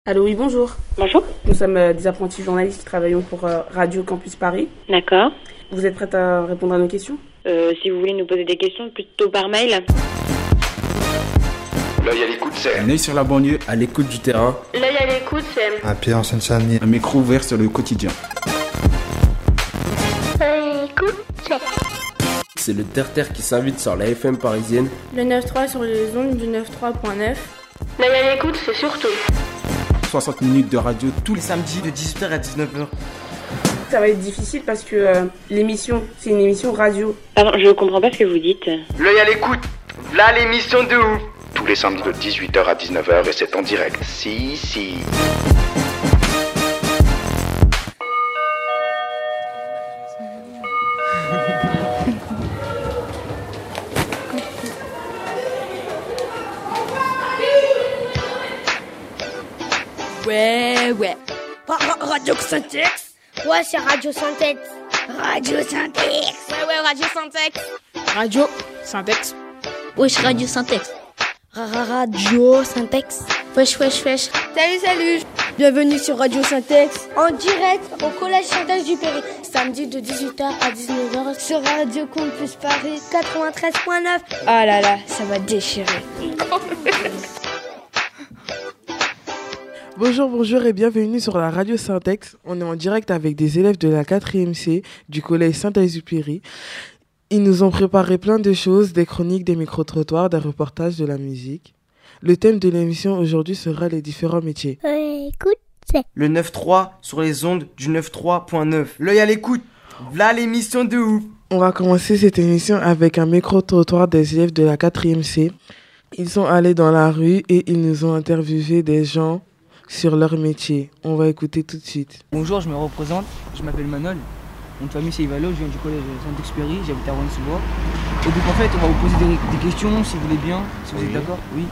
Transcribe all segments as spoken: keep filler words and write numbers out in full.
Allô, oui, bonjour. Bonjour. Nous sommes euh, des apprentis journalistes qui travaillons pour euh, Radio Campus Paris. D'accord. Vous êtes prête à répondre à nos questions? Euh, si vous voulez nous poser des questions, plutôt par mail. L'œil à l'écoute, c'est Un œil sur la banlieue, à l'écoute du terrain. L'œil à l'écoute, c'est Un pied en Seine-Saint-Denis. Un micro ouvert sur le quotidien. L'œil à l'écoute, c'est C'est le terre-terre qui s'invite sur la F M parisienne. Le neuf trois sur les ondes du neuf trois point neuf. L'œil à l'écoute, c'est surtout soixante minutes de radio tous les samedis de dix-huit heures à dix-neuf heures. Ça va être difficile parce que euh, l'émission, c'est une émission radio. Pardon, je comprends pas ce que vous dites. L'œil à l'écoute. Là, l'émission de ouf. Tous les samedis de dix-huit heures à dix-neuf heures et c'est en direct. Si, si. Ouais, ouais. Radio Syntex. Ouais, c'est Radio Syntex. Radio Syntex. Ouais, ouais, Radio Syntex. Radio Syntex. Wesh, Radio Syntex. Radio Syntex. Wesh, wesh, wesh. Salut, salut. Bienvenue sur Radio Syntex. En direct au collège Saint-Exupéry. Samedi de dix-huit heures à dix-neuf heures sur Radio Campus Paris quatre-vingt-treize point neuf. Ah là là, ça va déchirer. Bonjour, bonjour et bienvenue sur la Radio Syntex. On est en direct avec des élèves de la quatrième C du collège Saint-Exupéry. Ils nous ont préparé plein de choses, des chroniques, des micro-trottoirs, des reportages, de la musique. Le thème de l'émission aujourd'hui sera les différents métiers. Euh, écoute, c'est... Le neuf trois sur les ondes du neuf trois point neuf. L'œil à l'écoute. V'là l'émission de ouf. On va commencer cette émission avec un micro-trottoir des élèves de la quatrième C. Ils sont allés dans la rue et ils nous ont interviewé des gens sur leur métier. On va écouter tout de suite. Bonjour, je me représente, je m'appelle Manol. Mon famille c'est Ivalo, je viens du collège Saint-Exupéry, j'habite à Rouen-sous-Bois. Et donc en fait, on va vous poser des, des questions si vous voulez bien, si vous oui. êtes d'accord. Oui.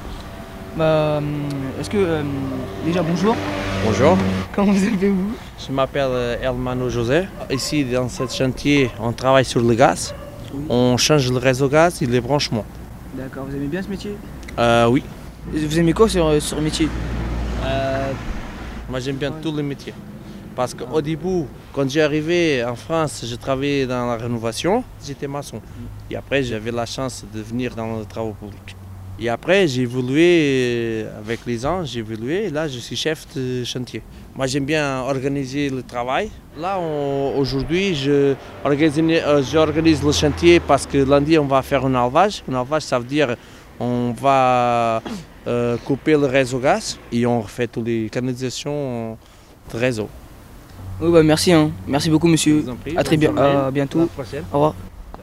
Bah, est-ce que euh, déjà bonjour. Bonjour. Comment vous appelez-vous? Je m'appelle Hermano José. Ici dans ce chantier, on travaille sur le gaz. Oui. On change le réseau gaz et les branchements. D'accord. Vous aimez bien ce métier? Euh, oui. Vous aimez quoi sur sur le métier? Euh, moi j'aime bien ouais. tous les métiers. Parce qu'au début, quand j'ai arrivé en France, je travaillais dans la rénovation, j'étais maçon. Et après j'avais la chance de venir dans les travaux publics. Et après j'ai évolué avec les ans, j'ai évolué et là je suis chef de chantier. Moi j'aime bien organiser le travail. Là on, aujourd'hui je organise, j'organise le chantier parce que lundi on va faire un enlevage. Un enlevage ça veut dire on va Euh, couper le réseau gaz et on refait toutes les canalisations de réseau. Oui, bah merci, hein. Merci beaucoup monsieur. Prie, à très bien, à bientôt. À au revoir.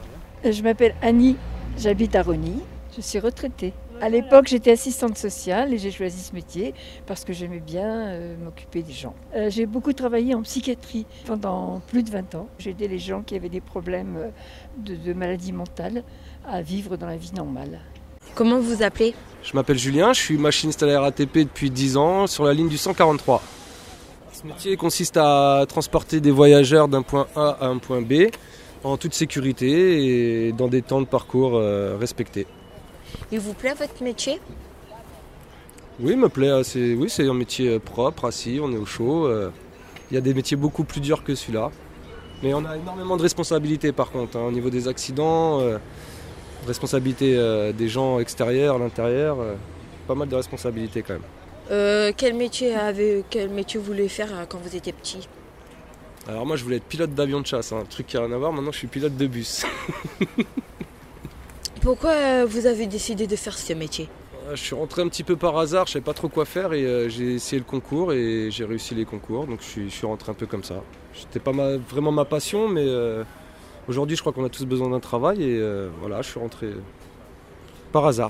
Je m'appelle Annie, j'habite à Rony, je suis retraitée. À l'époque j'étais assistante sociale et j'ai choisi ce métier parce que j'aimais bien euh, m'occuper des gens. Euh, j'ai beaucoup travaillé en psychiatrie pendant plus de vingt ans. J'ai aidé les gens qui avaient des problèmes de, de maladies mentales à vivre dans la vie normale. Comment vous vous appelez? Je m'appelle Julien, je suis machiniste à la R A T P depuis dix ans sur la ligne du cent quarante-trois. Ce métier consiste à transporter des voyageurs d'un point A à un point B en toute sécurité et dans des temps de parcours euh, respectés. Il vous plaît votre métier? Oui, il me plaît. C'est, oui, c'est un métier propre, assis, on est au chaud. Il euh, y a des métiers beaucoup plus durs que celui-là. Mais on a énormément de responsabilités par contre, hein, au niveau des accidents. Euh, Responsabilité euh, des gens extérieurs, à l'intérieur, euh, pas mal de responsabilités quand même. Euh, quel métier avez, quel métier vous voulez faire quand vous étiez petit? Alors moi je voulais être pilote d'avion de chasse, hein, un truc qui n'a rien à voir, maintenant je suis pilote de bus. Pourquoi vous avez décidé de faire ce métier? Je suis rentré un petit peu par hasard, je ne savais pas trop quoi faire et euh, j'ai essayé le concours et j'ai réussi les concours, donc je suis, je suis rentré un peu comme ça. C'était pas ma, vraiment ma passion, mais... Euh, Aujourd'hui, je crois qu'on a tous besoin d'un travail et euh, voilà, je suis rentré par hasard.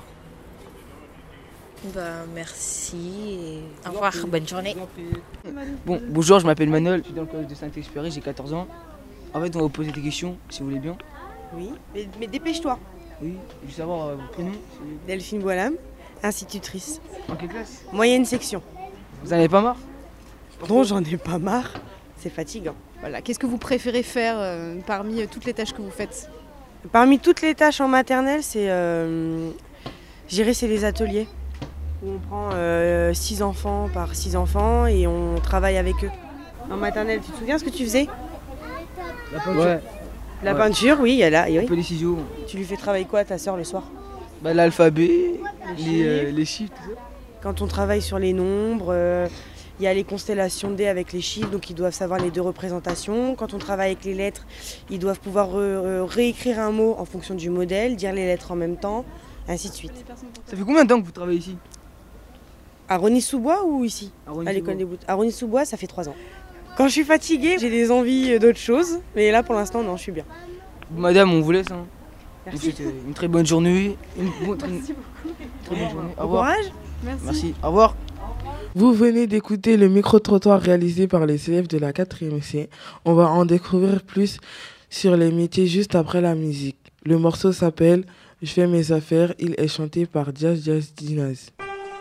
Bah, merci et au revoir, bonne journée. Bon, bonjour, je m'appelle Manol, je suis dans le collège de Saint-Exupéry, j'ai quatorze ans. En fait, on va vous poser des questions, si vous voulez bien. Oui, mais, mais dépêche-toi. Oui, je veux savoir euh, votre prénom. Delphine Boilam, institutrice. En quelle classe? Moyenne section. Vous en avez pas marre? Non, j'en ai pas marre. C'est fatigant. Voilà. Qu'est-ce que vous préférez faire euh, parmi euh, toutes les tâches que vous faites? Parmi toutes les tâches en maternelle, c'est euh, gérer c'est les ateliers. où on prend six enfants par six enfants et on travaille avec eux. En maternelle, tu te souviens ce que tu faisais? La peinture. Ouais. La ouais. peinture, oui, il y a là. Oui. Un peu les ciseaux. Tu lui fais travailler quoi à ta soeur le soir? Bah, l'alphabet, les, les, euh, les chiffres, tout ça. Quand on travaille sur les nombres, euh, il y a les constellations de dés avec les chiffres, donc ils doivent savoir les deux représentations. Quand on travaille avec les lettres, ils doivent pouvoir re- réécrire un mot en fonction du modèle, dire les lettres en même temps, ainsi de suite. Ça fait combien de temps que vous travaillez ici? À Rosny-sous-Bois ou ici? À, à l'école des Boutes. À Rosny-sous-Bois, ça fait trois ans. Quand je suis fatiguée, j'ai des envies d'autres choses, mais là pour l'instant, non, je suis bien. Madame, on vous laisse. Hein. Merci. C'était une très bonne journée. Une, une, Merci une, beaucoup. Très bonne journée. Au revoir. Courage. Merci. Merci. Au revoir. Vous venez d'écouter le micro-trottoir réalisé par les élèves de la quatrième C. On va en découvrir plus sur les métiers juste après la musique. Le morceau s'appelle « Je fais mes affaires ». Il est chanté par Jazz Jazz Dinaz.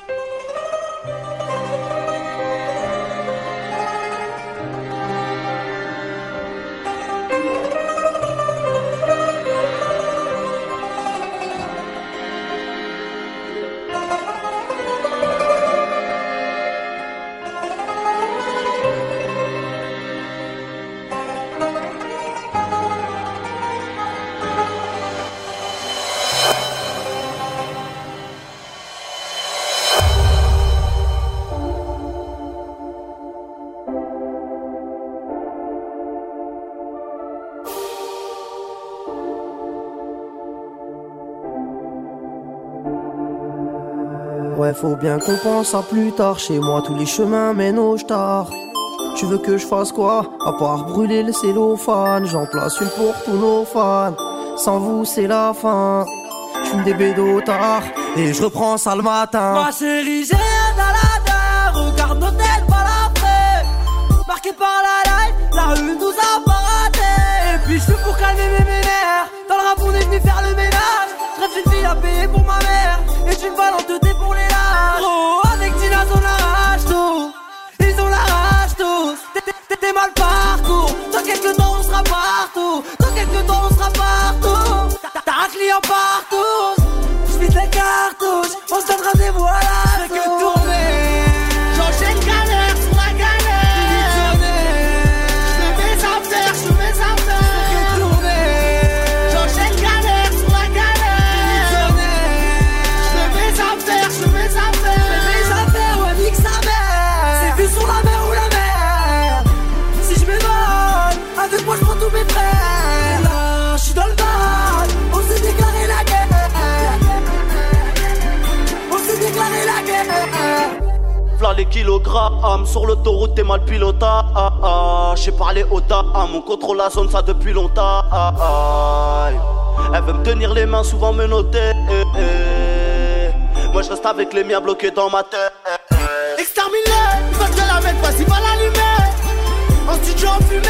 Ouais, faut bien qu'on pense à plus tard. Chez moi, tous les chemins mènent au star. Tu veux que je fasse quoi? À part brûler le cellophane. J'en place une pour tous nos fans. Sans vous, c'est la fin. J'fume des bédos tard et je reprends ça le matin. Ma chérie, j'ai un baladeur. Regarde nos têtes balafrées. Marqué par la life, la rue nous a pas ratés. Et puis je suis pour calmer mes ménères. Dans le rap, on est venu faire le ménage. Rêve d'une fille à payer pour ma mère. Et d'une balle en deux pour les lâches. Gros, avec Dinaz on arrache tout. Ils ont la rage tous. T'es mal partout. Dans quelques temps on sera partout. Dans quelques temps on sera partout. T'as un client partout. J'vide les cartouches. On se donne rendez-vous à la Fais que tourner. J'enchaîne galère sur la galère. J'fais mes affaires, j'fais mes affaires. Fais que tourner. J'enchaîne galère sur la galère. J'fais mes affaires, j'fais mes affaires. J'fais mes affaires, ouais, nique sa mère. C'est vu sur la mer ou la mer. Si je m'évade, avec moi j'prends tous mes frères. Là, j'suis dans le bad. On s'est déclaré la guerre. On s'est déclaré la guerre. V'là les kilogrammes, sur l'autoroute t'es mal pilota. Ah, ah. J'ai parlé au ta, ah, mon contrôle la zone ça depuis longtemps. Ah, ah. Elle veut me tenir les mains, souvent me noter. Eh, eh. Moi je reste avec les miens bloqués dans ma tête. Eh, eh. Exterminé, il va te la mettre, vas-y va l'allumer. En studio en fumée.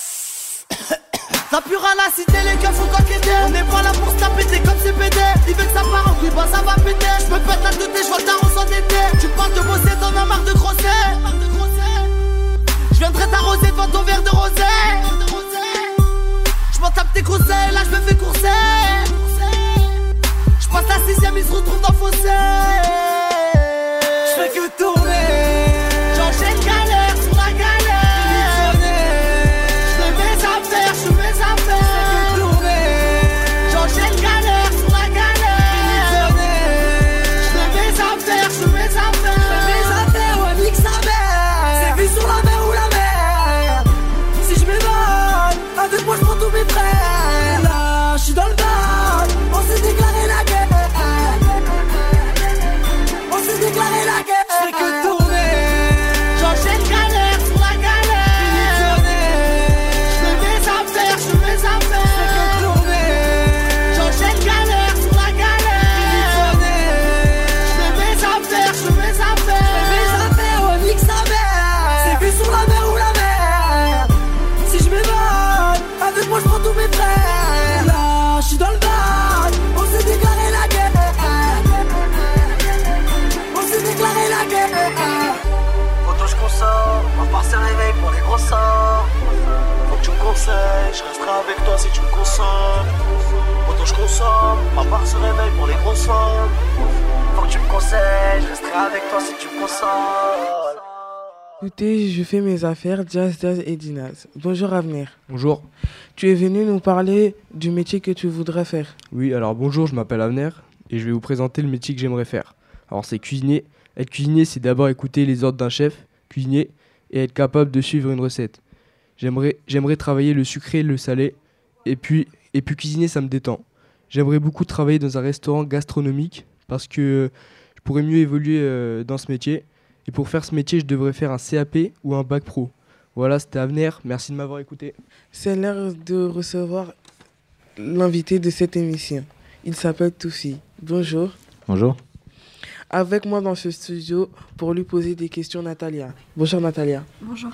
La pure à la cité, les gars faut qu'enquêter. On n'est pas là pour se taper, t'es comme C P D. Il veut que ça part en couille, bah ça va péter. J'me pète la tête, j'vois ta rose s'endetter. Tu parles de bosser, t'en as marre de grosser. J'viendrai t'arroser devant ton verre de rosé. J'm'en tape tes conseils, là j'me fais courser. J'passe la sixième, il se retrouve dans le fossé. J'fais que tourner. J'enchaîne galère sur la galère. J'fais mes affaires, j'fais que tourner. J'enchaîne galère sur la galère. J'fais mes affaires, j'fais mes affaires. J'fais mes affaires, ouais, nique sa mère. C'est vu sur la mer ou la mer. Si je m'évade, avec moi j'prends tous mes frères. Là, j'suis dans le bad. On s'est déclaré la guerre. On s'est déclaré la guerre. J'fais que tourner. J'enchaîne galère sur la galère. J'fais mes affaires, j'fais mes affaires. J'fais que tourner. J'enchaîne galère sur la galère. J'fais mes affaires, j'fais mes affaires. J'fais mes affaires, ouais, nique sa mère. C'est vu sur la mer ou la mer. Si je m'évade, avec moi j'prends tous mes frères. Là, j'suis dans le bad. On s'est déclaré la guerre. On s'est déclaré la guerre. Faut que je console, on part se réveiller pour les gros sorts. Faut que tu me conseilles, je resterai avec toi si tu me consommes. Autant je consomme, ma part se réveille pour les gros sommes. Faut que tu me conseilles, je resterai avec toi si tu me consoles. Écoutez, je fais mes affaires, Jazz, Jazz et Dinaz. Bonjour Avenir. Bonjour. Tu es venu nous parler du métier que tu voudrais faire. Oui, alors bonjour, je m'appelle Avenir et je vais vous présenter le métier que j'aimerais faire. Alors c'est cuisinier. Être cuisinier, c'est d'abord écouter les ordres d'un chef, cuisinier, et être capable de suivre une recette. J'aimerais, j'aimerais travailler le sucré et le salé, et puis, et puis cuisiner, ça me détend. J'aimerais beaucoup travailler dans un restaurant gastronomique parce que je pourrais mieux évoluer euh, dans ce métier. Et pour faire ce métier, je devrais faire un C A P ou un bac pro. Voilà, c'était Avenir. Merci de m'avoir écouté. C'est l'heure de recevoir l'invité de cette émission. Il s'appelle Toufi. Bonjour. Bonjour. Avec moi dans ce studio pour lui poser des questions, Natalia. Bonjour Natalia. Bonjour.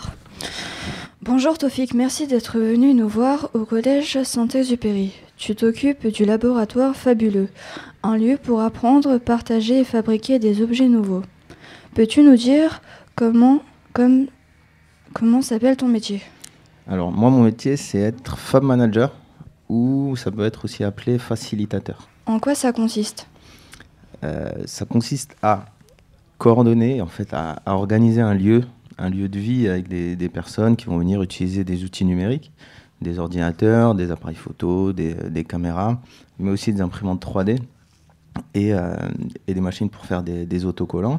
Bonjour Tofik, merci d'être venu nous voir au collège Saint-Exupéry. Tu t'occupes du laboratoire Fabuleux, un lieu pour apprendre, partager et fabriquer des objets nouveaux. Peux-tu nous dire comment, comme, comment s'appelle ton métier ? Alors, moi, mon métier, c'est être Fab Manager ou ça peut être aussi appelé facilitateur. En quoi ça consiste ? euh, Ça consiste à coordonner, en fait, à, à organiser un lieu, un lieu de vie avec des, des personnes qui vont venir utiliser des outils numériques, des ordinateurs, des appareils photo, des, des caméras, mais aussi des imprimantes trois D et, euh, et des machines pour faire des, des autocollants.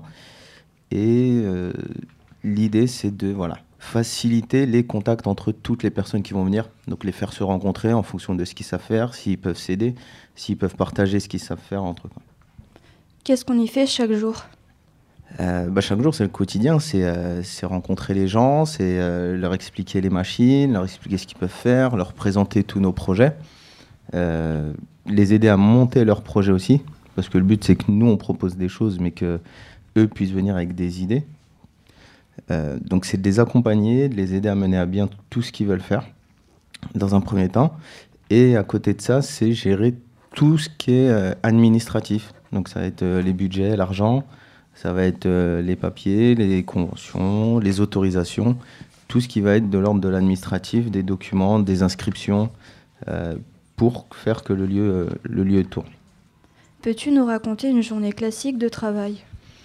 Et euh, l'idée, c'est de voilà, faciliter les contacts entre toutes les personnes qui vont venir, donc les faire se rencontrer en fonction de ce qu'ils savent faire, s'ils peuvent s'aider, s'ils peuvent partager ce qu'ils savent faire entre eux. Qu'est-ce qu'on y fait chaque jour ? euh, bah, Chaque jour, c'est le quotidien, c'est, euh, c'est rencontrer les gens, c'est euh, leur expliquer les machines, leur expliquer ce qu'ils peuvent faire, leur présenter tous nos projets, euh, les aider à monter leurs projets aussi, parce que le but, c'est que nous, on propose des choses, mais que eux puissent venir avec des idées. Euh, donc c'est de les accompagner, de les aider à mener à bien tout ce qu'ils veulent faire dans un premier temps. Et à côté de ça, c'est gérer tout ce qui est euh, administratif. Donc ça va être euh, les budgets, l'argent, ça va être euh, les papiers, les conventions, les autorisations, tout ce qui va être de l'ordre de l'administratif, des documents, des inscriptions, euh, pour faire que le lieu, euh, le lieu tourne. Peux-tu nous raconter une journée classique de travail ?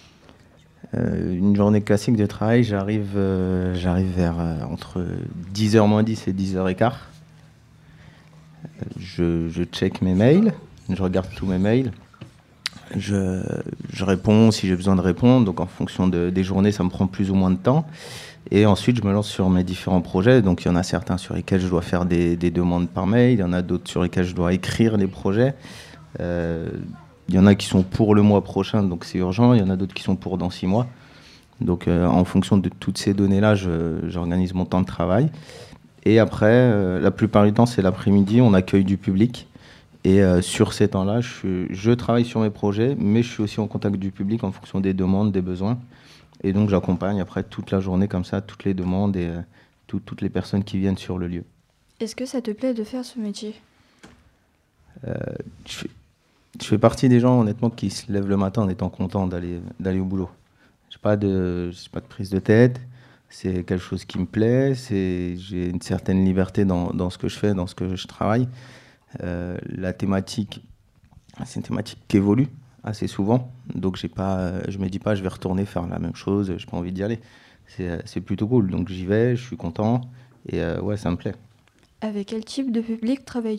Euh, une journée classique de travail, j'arrive, euh, j'arrive vers euh, entre dix heures moins dix et dix heures quinze. Euh, je, je check mes mails, je regarde tous mes mails, je, je réponds si j'ai besoin de répondre, donc en fonction de, des journées, ça me prend plus ou moins de temps. Et ensuite, je me lance sur mes différents projets. Donc il y en a certains sur lesquels je dois faire des, des demandes par mail, il y en a d'autres sur lesquels je dois écrire les projets. Euh, Il y en a qui sont pour le mois prochain, donc c'est urgent. Il y en a d'autres qui sont pour dans six mois. Donc euh, en fonction de toutes ces données-là, je, j'organise mon temps de travail. Et après, euh, la plupart du temps, c'est l'après-midi, on accueille du public. Et euh, sur ces temps-là, je, je travaille sur mes projets, mais je suis aussi en contact du public en fonction des demandes, des besoins. Et donc j'accompagne après toute la journée comme ça, toutes les demandes et euh, tout, toutes les personnes qui viennent sur le lieu. Est-ce que ça te plaît de faire ce métier ? euh, je fais... Je fais partie des gens, honnêtement, qui se lèvent le matin en étant contents d'aller, d'aller au boulot. Je n'ai pas de, j'ai pas de prise de tête, c'est quelque chose qui me plaît, c'est, j'ai une certaine liberté dans, dans ce que je fais, dans ce que je travaille. Euh, la thématique, c'est une thématique qui évolue assez souvent, donc j'ai pas, je ne me dis pas je vais retourner faire la même chose, je n'ai pas envie d'y aller. C'est, c'est plutôt cool, donc j'y vais, je suis content, et euh, ouais, ça me plaît. Avec quel type de public travailles-tu ?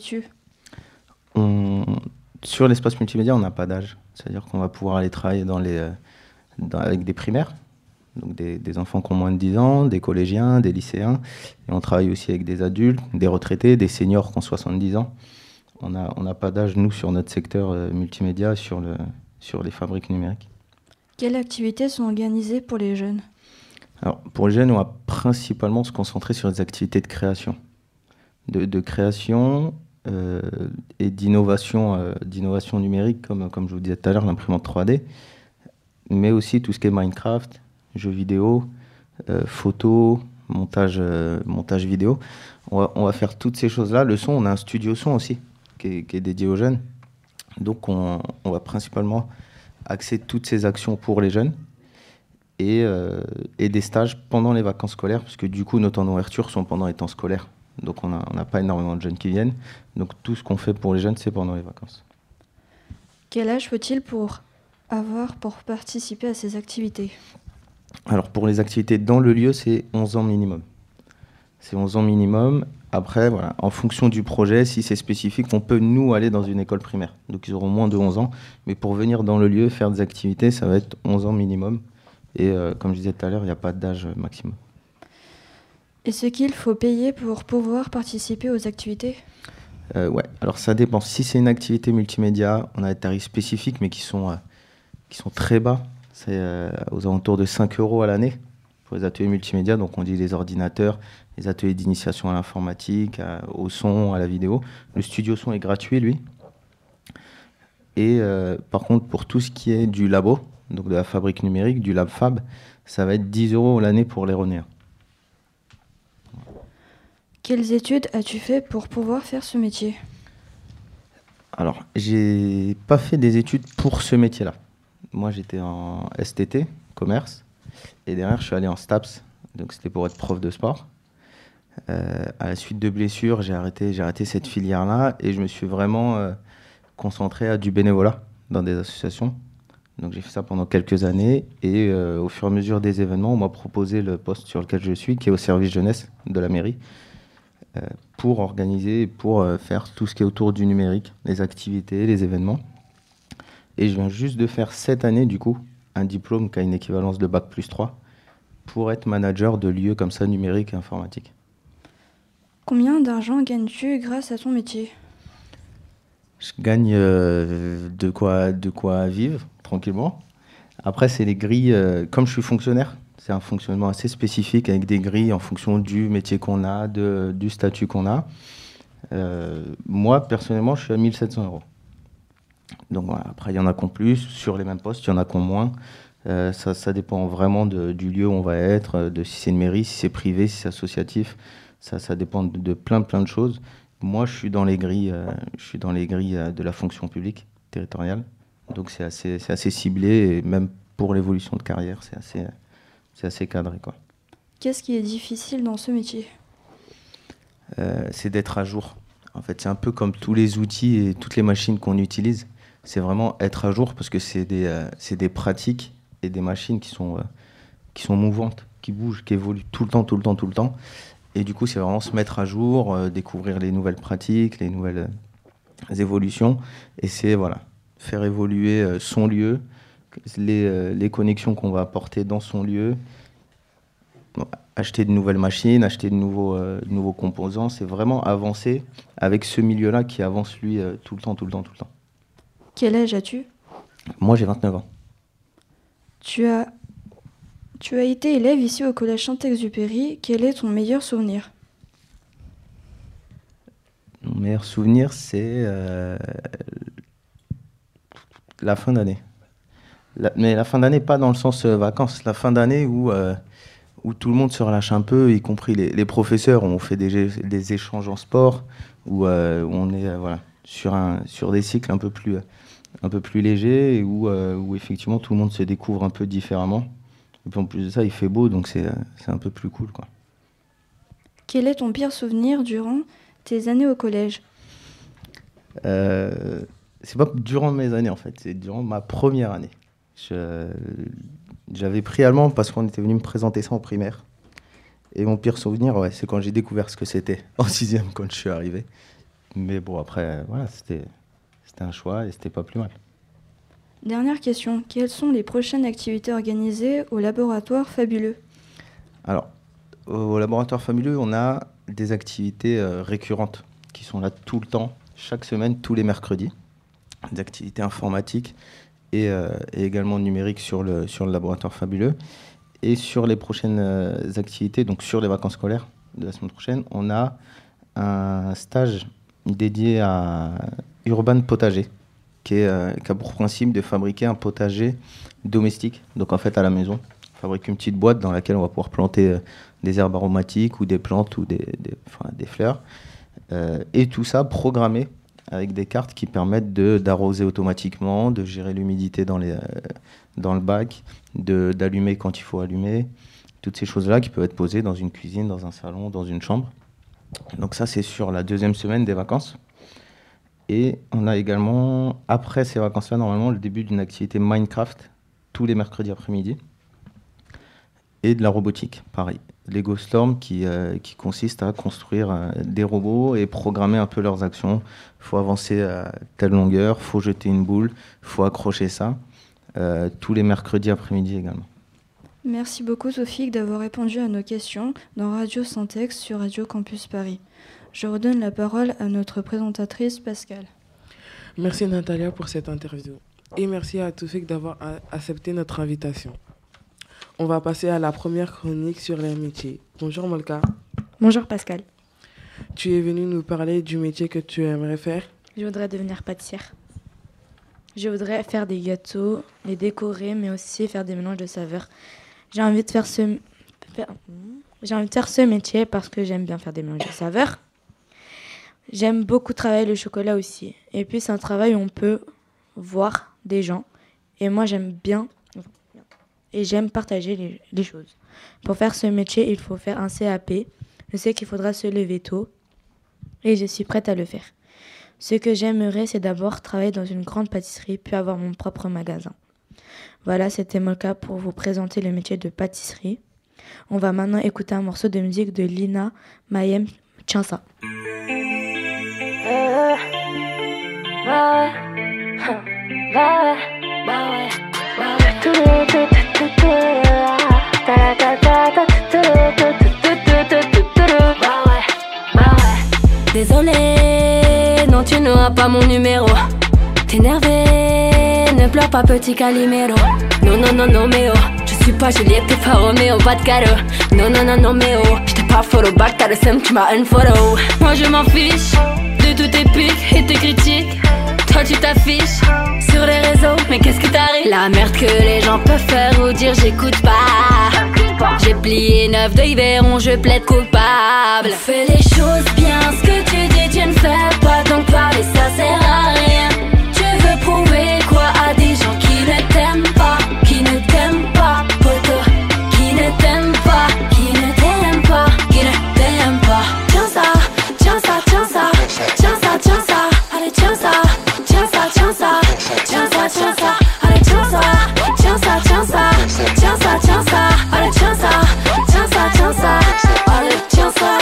On... Sur l'espace multimédia, on n'a pas d'âge. C'est-à-dire qu'on va pouvoir aller travailler dans les, dans, avec des primaires, donc des, des enfants qui ont moins de dix ans, des collégiens, des lycéens. Et on travaille aussi avec des adultes, des retraités, des seniors qui ont soixante-dix ans. On n'a on n'a pas d'âge, nous, sur notre secteur euh, multimédia, sur, le, sur les fabriques numériques. Quelles activités sont organisées pour les jeunes ? Alors, pour les jeunes, on va principalement se concentrer sur des activités de création. De, de création... Euh, et d'innovation, euh, d'innovation numérique, comme, comme je vous disais tout à l'heure, l'imprimante trois D, mais aussi tout ce qui est Minecraft, jeux vidéo, euh, photos, montage, euh, montage vidéo. On va, on va faire toutes ces choses-là. Le son, on a un studio son aussi, qui est, qui est dédié aux jeunes. Donc on, on va principalement axer toutes ces actions pour les jeunes et, euh, et des stages pendant les vacances scolaires, parce que du coup, nos temps d'ouverture sont pendant les temps scolaires. Donc on n'a on n'a pas énormément de jeunes qui viennent. Donc tout ce qu'on fait pour les jeunes, c'est pendant les vacances. Quel âge faut-il pour avoir pour participer à ces activités? Alors pour les activités dans le lieu, c'est onze ans minimum. C'est onze ans minimum. Après, voilà, en fonction du projet, si c'est spécifique, on peut nous aller dans une école primaire. Donc ils auront moins de onze ans. Mais pour venir dans le lieu, faire des activités, ça va être onze ans minimum. Et euh, comme je disais tout à l'heure, il n'y a pas d'âge maximum. Est-ce qu'il faut payer pour pouvoir participer aux activités? euh, Ouais, alors ça dépend. Si c'est une activité multimédia, on a des tarifs spécifiques, mais qui sont, euh, qui sont très bas. C'est euh, aux alentours de cinq euros à l'année pour les ateliers multimédia. Donc on dit les ordinateurs, les ateliers d'initiation à l'informatique, à- au son, à la vidéo. Le studio son est gratuit, lui. Et euh, par contre, pour tout ce qui est du labo, donc de la fabrique numérique, du lab fab, ça va être dix euros l'année pour les Renéens. Quelles études as-tu fait pour pouvoir faire ce métier? Alors, j'ai pas fait des études pour ce métier-là. Moi, j'étais en S T T, commerce, et derrière, je suis allé en STAPS, donc c'était pour être prof de sport. Euh, à la suite de blessures, j'ai arrêté, j'ai arrêté cette filière-là, et je me suis vraiment euh, concentré à du bénévolat dans des associations. Donc j'ai fait ça pendant quelques années, et euh, au fur et à mesure des événements, on m'a proposé le poste sur lequel je suis, qui est au service jeunesse de la mairie, euh, pour organiser, pour euh, faire tout ce qui est autour du numérique, les activités, les événements. Et je viens juste de faire cette année, du coup, un diplôme qui a une équivalence de bac plus trois, pour être manager de lieux comme ça, numériques et informatiques. Combien d'argent gagnes-tu grâce à ton métier? Je gagne euh, de quoi, de quoi vivre, tranquillement. Après, c'est les grilles, euh, comme je suis fonctionnaire, c'est un fonctionnement assez spécifique avec des grilles en fonction du métier qu'on a, de, du statut qu'on a. Euh, moi, personnellement, je suis à mille sept cents euros. Donc voilà, après, il y en a qui ont plus, sur les mêmes postes, il y en a qui ont moins. Euh, ça, ça dépend vraiment de- du lieu où on va être, de si c'est une mairie, si c'est privé, si c'est associatif. Ça, ça dépend de, de plein, plein de choses. Moi, je suis dans les grilles, euh, je suis dans les grilles euh, de la fonction publique territoriale. Donc c'est assez, c'est assez ciblé, et même pour l'évolution de carrière, c'est assez, c'est assez cadré, quoi. Qu'est-ce qui est difficile dans ce métier? Euh, c'est d'être à jour. En fait, c'est un peu comme tous les outils et toutes les machines qu'on utilise. C'est vraiment être à jour parce que c'est des, euh, c'est des pratiques et des machines qui sont, euh, qui sont mouvantes, qui bougent, qui évoluent tout le temps, tout le temps, tout le temps. Et du coup, c'est vraiment se mettre à jour, euh, découvrir les nouvelles pratiques, les nouvelles euh, évolutions. Et c'est, voilà, faire évoluer euh, son lieu, les, euh, les connexions qu'on va apporter dans son lieu. Bon, acheter de nouvelles machines, acheter de nouveaux, euh, de nouveaux composants, c'est vraiment avancer avec ce milieu-là qui avance, lui, euh, tout le temps, tout le temps, tout le temps. Quel âge as-tu? Moi, j'ai vingt-neuf ans. Tu as... Tu as été élève ici au collège Saint-Exupéry. Quel est ton meilleur souvenir? Mon meilleur souvenir, c'est euh, la fin d'année. La- mais la fin d'année, pas dans le sens euh, vacances, la fin d'année où, euh, où tout le monde se relâche un peu, y compris les, les professeurs. On fait des, gé- des échanges en sport, où, euh, où on est euh, voilà, sur, un, sur des cycles un peu plus, un peu plus légers, et où, euh, où effectivement tout le monde se découvre un peu différemment. Et puis en plus de ça, il fait beau, donc c'est, euh, c'est un peu plus cool, quoi. Quel est ton pire souvenir durant tes années au collège? Euh, c'est pas durant mes années en fait, c'est durant ma première année. Je- j'avais pris allemand parce qu'on était venu me présenter ça en primaire. Et mon pire souvenir, ouais, c'est quand j'ai découvert ce que c'était en sixième quand je suis arrivé. Mais bon, après, euh, voilà, c'était, c'était un choix et c'était pas plus mal. Dernière question. Quelles sont les prochaines activités organisées au laboratoire Fabuleux? Alors, au laboratoire Fabuleux, on a des activités euh, récurrentes qui sont là tout le temps, chaque semaine, tous les mercredis. Des activités informatiques et, euh, et également numériques sur le, sur le laboratoire Fabuleux. Et sur les prochaines euh, activités, donc sur les vacances scolaires de la semaine prochaine, on a un stage dédié à Urban Potager, qui, est, euh, qui a pour principe de fabriquer un potager domestique, donc en fait à la maison. On fabrique une petite boîte dans laquelle on va pouvoir planter euh, des herbes aromatiques ou des plantes ou des, des, enfin, des fleurs. Euh, et tout ça programmé avec des cartes qui permettent de, d'arroser automatiquement, de gérer l'humidité dans, les, euh, dans le bac, de, d'allumer quand il faut allumer. Toutes ces choses-là qui peuvent être posées dans une cuisine, dans un salon, dans une chambre. Donc ça, c'est sur la deuxième semaine des vacances. Et on a également, après ces vacances-là, normalement, le début d'une activité Minecraft, tous les mercredis après-midi. Et de la robotique, pareil. Lego Storm, qui, euh, qui consiste à construire euh, des robots et programmer un peu leurs actions. Il faut avancer à telle longueur, il faut jeter une boule, il faut accrocher ça. Euh, tous les mercredis après-midi également. Merci beaucoup Sophie d'avoir répondu à nos questions dans Radio Syntex sur Radio Campus Paris. Je redonne la parole à notre présentatrice Pascal. Merci Natalia pour cette interview. Et merci à Toufik d'avoir a- accepté notre invitation. On va passer à la première chronique sur les métiers. Bonjour Molka. Bonjour Pascal. Tu es venu nous parler du métier que tu aimerais faire. Je voudrais devenir pâtissière. Je voudrais faire des gâteaux, les décorer, mais aussi faire des mélanges de saveurs. J'ai envie de faire ce, faire... J'ai envie de faire ce métier parce que j'aime bien faire des mélanges de saveurs. J'aime beaucoup travailler le chocolat aussi. Et puis c'est un travail où on peut voir des gens. Et moi j'aime bien et j'aime partager les, les choses. Pour faire ce métier, il faut faire un C A P. Je sais qu'il faudra se lever tôt et je suis prête à le faire. Ce que j'aimerais, c'est d'abord travailler dans une grande pâtisserie, puis avoir mon propre magasin. Voilà, c'était mon cas pour vous présenter le métier de pâtisserie. On va maintenant écouter un morceau de musique de Lina Mayem Chansa. Euh, bah ouais, bah ouais, bah ouais, bah ouais. Tout le tout tout tout ta ta ta ta tout le tout tout tout tout tout bah ouais, bah ouais. Désolé, non tu n'auras pas mon numéro. T'es énervé, ne pleure pas petit Calimero. Non non non non mais oh, je suis pas Juliette, t'es pas Roméo, pas de cadeau. Non non non non mais oh, j't'ai pas follow back, t'as le seum, tu m'as unfollow. Moi je m'en fiche de tous tes pics et tes critiques. Toi tu t'affiches sur les réseaux, mais qu'est-ce qui t'arrive? La merde que les gens peuvent faire ou dire j'écoute pas. J'ai plié neuf de Yveron, je plaide coupable. Fais les choses bien, ce que tu dis tu ne fais pas. Donc parler ça sert à rien. Tu veux prouver quoi à des gens qui ne t'aiment pas, qui ne t'aiment pas, poto, qui ne t'aiment pas, qui ne t'aiment pas, qui ne t'aiment pas. Tiens ça, tiens ça, tiens ça, tiens ça, tiens ça, allez tiens ça, tiens ça, tiens ça, tiens ça, tiens ça, allez tiens ça, tiens ça, tiens ça, tiens ça, tiens ça, allez tiens ça, tiens ça, tiens ça, allez tiens ça.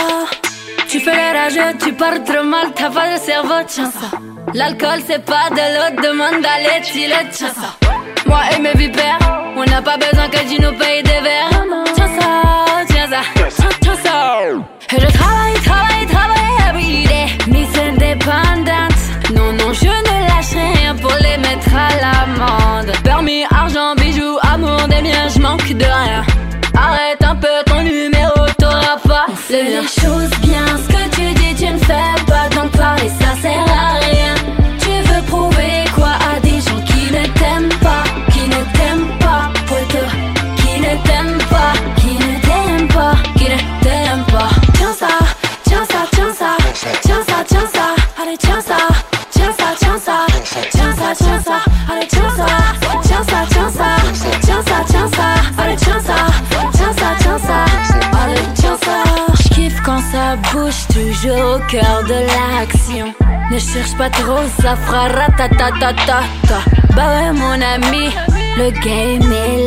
Tu fais les rageux, tu parles trop mal, t'as pas de cerveau, tiens ça. L'alcool c'est pas de l'eau, demande d'aller le tiens ça. Moi et mes vipères, on n'a pas besoin que tu nous payes des verres. Tiens ça, tiens ça, tiens ça. Et je travaille, travaille, travaille everyday. Miss indépendante, non non je ne lâcherai rien pour les mettre à l'amende. Permis, argent, bijoux, amour, des miens, je manque de rien. Arrête un peu ton numéro, t'auras pas le mien. Les choses bien, ce que tu dis tu ne fais pas. Donc parler ça sert à rien. Tu veux prouver quoi à des gens qui ne t'aiment pas, qui ne t'aiment pas, poto, qui ne t'aiment pas, qui ne t'aiment pas, qui ne t'aiment pas. Tiens ça, tiens ça, tiens ça, tiens ça, tiens ça, allez tiens ça, tiens ça, tiens ça, tiens ça, tiens ça, allez tiens ça, tiens ça, tiens ça, tiens ça, tiens ça, allez tiens ça, tiens ça, tiens ça, allez tiens ça. J'kiffe quand ça bouge toujours au cœur de l'action. Ne cherche pas trop, ça fera ratatatatata. Bah ouais mon ami, le game est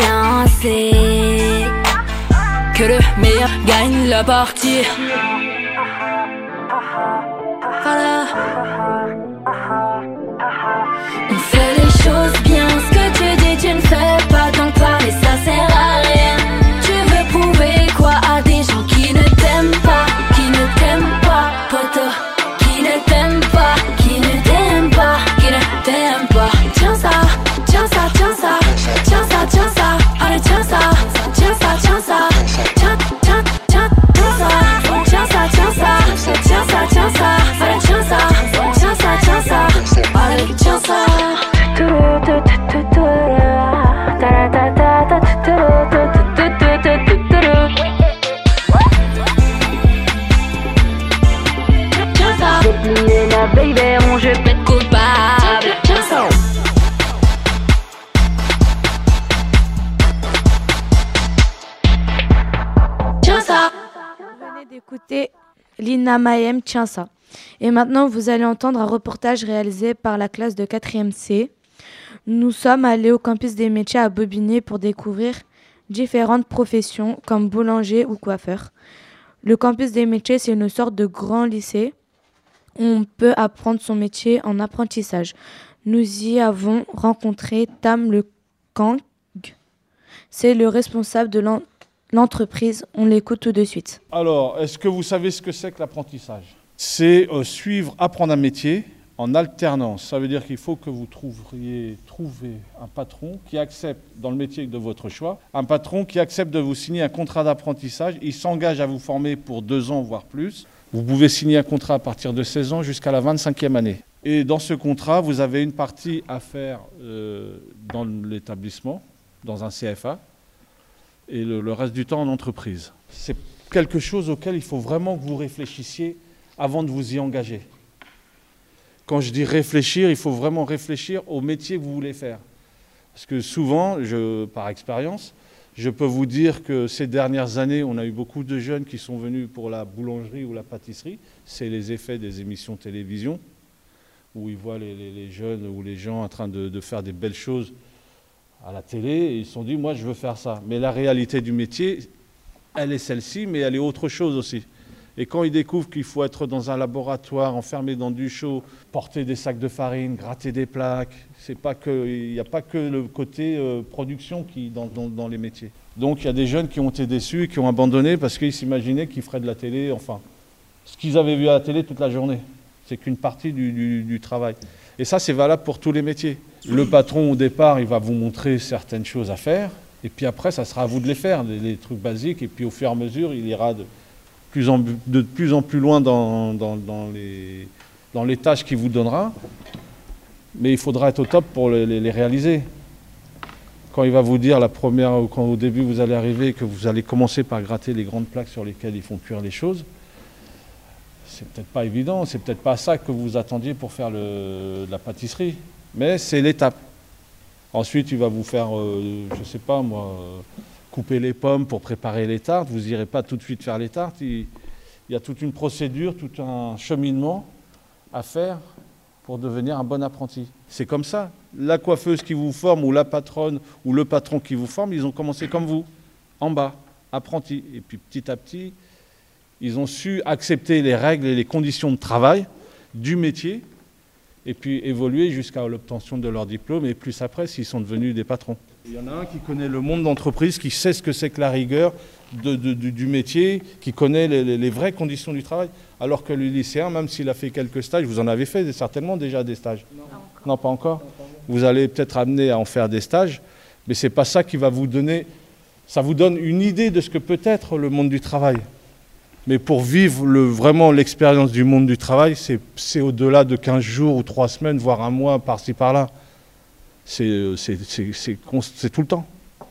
lancé. Que le meilleur gagne la partie. Voilà. On fait les choses bien, ce que tu dis tu ne fais pas. Donc parler ça sert à rien. Tu veux prouver quoi à des gens qui ne t'aiment pas, qui ne t'aiment pas, poto, qui ne t'aiment pas, qui ne t'aiment pas, qui ne t'aiment pas. Tiens ça, tiens ça, tiens ça, tiens ça, tiens ça, allez tiens ça, tiens ça, tiens ça, tiens, tiens, tiens, tiens ça, tiens ça, tiens ça, tiens ça, tiens ça, allez tiens ça, tiens ça, tiens ça, allez tiens ça. J'ai plié la baby, on je plaide coupable. Tiens ça. Vous venez d'écouter Lina Mahem tient ça. Et maintenant, vous allez entendre un reportage réalisé par la classe de quatrième C. Nous sommes allés au campus des métiers à Bobigny pour découvrir différentes professions comme boulanger ou coiffeur. Le campus des métiers, c'est une sorte de grand lycée où on peut apprendre son métier en apprentissage. Nous y avons rencontré Tam Le Kang. C'est le responsable de l'en- l'entreprise. On l'écoute tout de suite. Alors, est-ce que vous savez ce que c'est que l'apprentissage ? C'est euh, suivre, apprendre un métier en alternance. Ça veut dire qu'il faut que vous trouviez trouver un patron qui accepte, dans le métier de votre choix, un patron qui accepte de vous signer un contrat d'apprentissage. Il s'engage à vous former pour deux ans, voire plus. Vous pouvez signer un contrat à partir de seize ans jusqu'à la vingt-cinquième année. Et dans ce contrat, vous avez une partie à faire euh, dans l'établissement, dans un C F A, et le, le reste du temps en entreprise. C'est quelque chose auquel il faut vraiment que vous réfléchissiez avant de vous y engager. Quand je dis réfléchir, il faut vraiment réfléchir au métier que vous voulez faire. Parce que souvent, je, par expérience, je peux vous dire que ces dernières années, on a eu beaucoup de jeunes qui sont venus pour la boulangerie ou la pâtisserie. C'est les effets des émissions télévision, où ils voient les, les, les jeunes ou les gens en train de, de faire des belles choses à la télé, et ils se sont dit, moi je veux faire ça. Mais la réalité du métier, elle est celle-ci, mais elle est autre chose aussi. Et quand ils découvrent qu'il faut être dans un laboratoire, enfermé dans du chaud, porter des sacs de farine, gratter des plaques, c'est pas que, il n'y a pas que le côté euh, production qui, dans, dans, dans les métiers. Donc il y a des jeunes qui ont été déçus et qui ont abandonné parce qu'ils s'imaginaient qu'ils feraient de la télé, enfin, ce qu'ils avaient vu à la télé toute la journée. C'est qu'une partie du, du, du travail. Et ça, c'est valable pour tous les métiers. Le patron, au départ, il va vous montrer certaines choses à faire, et puis après, ça sera à vous de les faire, les, les trucs basiques, et puis au fur et à mesure, il ira de plus en, de plus, en plus loin dans, dans, dans, les, dans les tâches qu'il vous donnera, mais il faudra être au top pour les, les, les réaliser. Quand il va vous dire, la première, quand au début vous allez arriver, que vous allez commencer par gratter les grandes plaques sur lesquelles ils font cuire les choses, c'est peut-être pas évident, c'est peut-être pas ça que vous attendiez pour faire le, de la pâtisserie, mais c'est l'étape. Ensuite, il va vous faire, euh, je sais pas moi, euh, couper les pommes pour préparer les tartes. Vous n'irez pas tout de suite faire les tartes. Il, il y a toute une procédure, tout un cheminement à faire pour devenir un bon apprenti. C'est comme ça. La coiffeuse qui vous forme, ou la patronne, ou le patron qui vous forme, ils ont commencé comme vous, en bas, apprentis. Et puis petit à petit, ils ont su accepter les règles et les conditions de travail du métier et puis évoluer jusqu'à l'obtention de leur diplôme et plus après s'ils sont devenus des patrons. Il y en a un qui connaît le monde d'entreprise, qui sait ce que c'est que la rigueur de, de, de, du métier, qui connaît les, les, les vraies conditions du travail, alors que le lycéen, même s'il a fait quelques stages, vous en avez fait certainement déjà des stages. Non, non pas encore. Vous allez peut-être amener à en faire des stages, mais ce n'est pas ça qui va vous donner, ça vous donne une idée de ce que peut être le monde du travail. Mais pour vivre le, vraiment l'expérience du monde du travail, c'est, c'est au-delà de quinze jours ou trois semaines, voire un mois par-ci par-là. C'est, c'est, c'est, c'est, c'est tout le temps.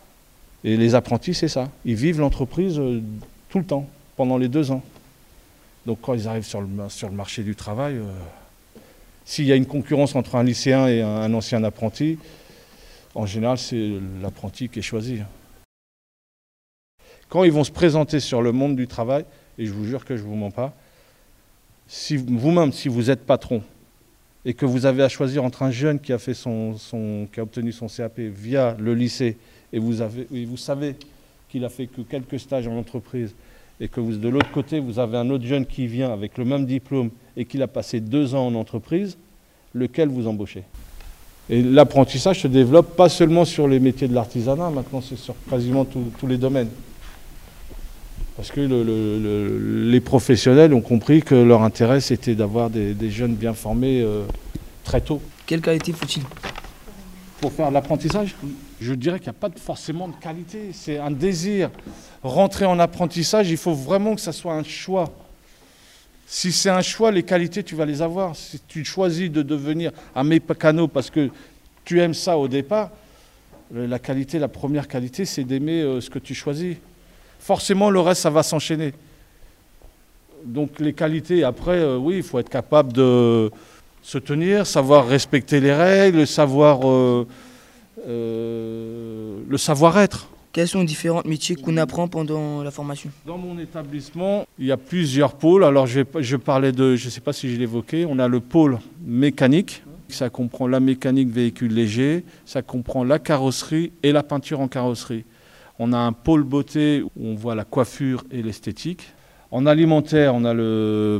Et les apprentis, c'est ça. Ils vivent l'entreprise euh, tout le temps, pendant les deux ans. Donc quand ils arrivent sur le, sur le marché du travail, euh, s'il y a une concurrence entre un lycéen et un, un ancien apprenti, en général, c'est l'apprenti qui est choisi. Quand ils vont se présenter sur le monde du travail, et je vous jure que je ne vous mens pas, si vous-même, si vous êtes patron, et que vous avez à choisir entre un jeune qui a, fait son, son, qui a obtenu son C A P via le lycée, et vous, avez, et vous savez qu'il a fait que quelques stages en entreprise, et que vous, de l'autre côté, vous avez un autre jeune qui vient avec le même diplôme, et qu'il a passé deux ans en entreprise, lequel vous embauchez? Et l'apprentissage se développe pas seulement sur les métiers de l'artisanat, maintenant c'est sur quasiment tous, tous les domaines. Parce que le, le, le, les professionnels ont compris que leur intérêt, c'était d'avoir des, des jeunes bien formés euh, très tôt. Quelle qualité faut-il pour faire de l'apprentissage? Je dirais qu'il n'y a pas de, forcément de qualité, c'est un désir. Rentrer en apprentissage, il faut vraiment que ça soit un choix. Si c'est un choix, les qualités, tu vas les avoir. Si tu choisis de devenir un mécano parce que tu aimes ça au départ, la qualité, la première qualité, c'est d'aimer euh, ce que tu choisis. Forcément, le reste, ça va s'enchaîner. Donc les qualités, après, euh, oui, il faut être capable de se tenir, savoir respecter les règles, savoir, euh, euh, le savoir-être. Quels sont les différents métiers qu'on apprend pendant la formation? Dans mon établissement, il y a plusieurs pôles. Alors je, vais, je parlais de, je ne sais pas si je l'ai évoqué, on a le pôle mécanique. Ça comprend la mécanique véhicule léger, ça comprend la carrosserie et la peinture en carrosserie. On a un pôle beauté où on voit la coiffure et l'esthétique. En alimentaire, on a le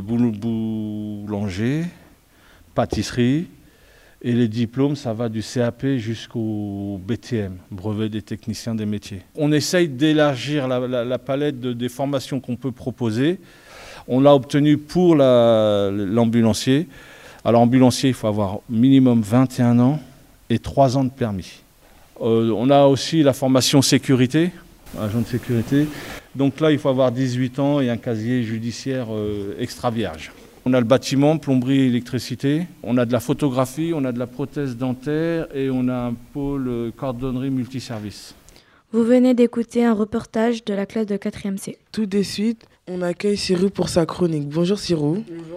boulanger, pâtisserie. Et les diplômes, ça va du C A P jusqu'au B T M, brevet des techniciens des métiers. On essaye d'élargir la, la, la palette de, des formations qu'on peut proposer. On l'a obtenu pour la, l'ambulancier. Alors ambulancier, il faut avoir minimum vingt et un ans et trois ans de permis. Euh, on a aussi la formation sécurité, agent de sécurité. Donc là, il faut avoir dix-huit ans et un casier judiciaire euh, extra vierge. On a le bâtiment, plomberie, électricité. On a de la photographie, on a de la prothèse dentaire et on a un pôle cordonnerie multiservice. Vous venez d'écouter un reportage de la classe de quatrième C. Tout de suite, on accueille Sirou pour sa chronique. Bonjour Sirou. Bonjour.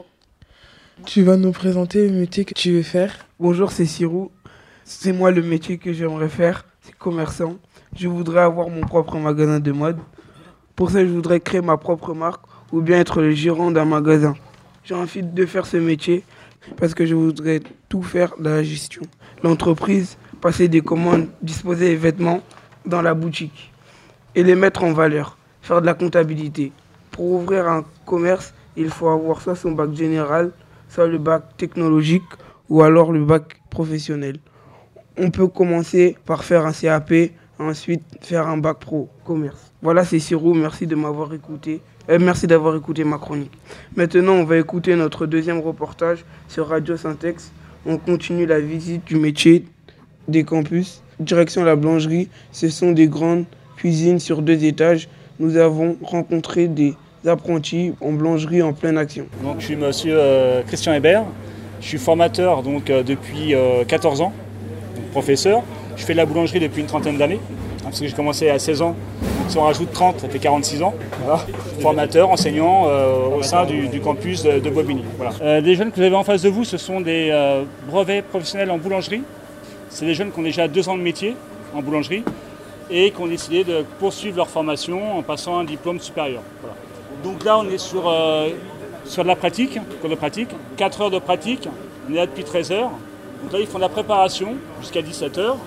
Tu vas nous présenter le métier que tu veux faire. Bonjour, c'est Sirou. C'est moi le métier que j'aimerais faire, c'est commerçant. Je voudrais avoir mon propre magasin de mode. Pour ça, je voudrais créer ma propre marque ou bien être le gérant d'un magasin. J'ai envie de faire ce métier parce que je voudrais tout faire dans la gestion. L'entreprise, passer des commandes, disposer des vêtements dans la boutique et les mettre en valeur, faire de la comptabilité. Pour ouvrir un commerce, il faut avoir soit son bac général, soit le bac technologique ou alors le bac professionnel. On peut commencer par faire un C A P, ensuite faire un bac pro commerce. Voilà, c'est Sirou, merci de m'avoir écouté. Euh, merci d'avoir écouté ma chronique. Maintenant, on va écouter notre deuxième reportage sur Radio Syntex. On continue la visite du métier des campus. Direction la boulangerie, ce sont des grandes cuisines sur deux étages. Nous avons rencontré des apprentis en boulangerie en pleine action. Donc, je suis monsieur euh, Christian Hébert. Je suis formateur donc, euh, depuis euh, quatorze ans, donc, professeur. Je fais de la boulangerie depuis une trentaine d'années, hein, parce que j'ai commencé à seize ans. Donc, si on rajoute trente, ça fait quarante-six ans. Voilà. Formateur, enseignant euh, au sein du, du campus de, de Bobigny. Voilà. Euh, les jeunes que vous avez en face de vous, ce sont des euh, brevets professionnels en boulangerie. C'est des jeunes qui ont déjà deux ans de métier en boulangerie et qui ont décidé de poursuivre leur formation en passant un diplôme supérieur. Voilà. Donc là, on est sur, euh, sur de la pratique, cours de pratique, quatre heures de pratique. On est là depuis treize heures. Donc là, ils font de la préparation jusqu'à dix-sept heures.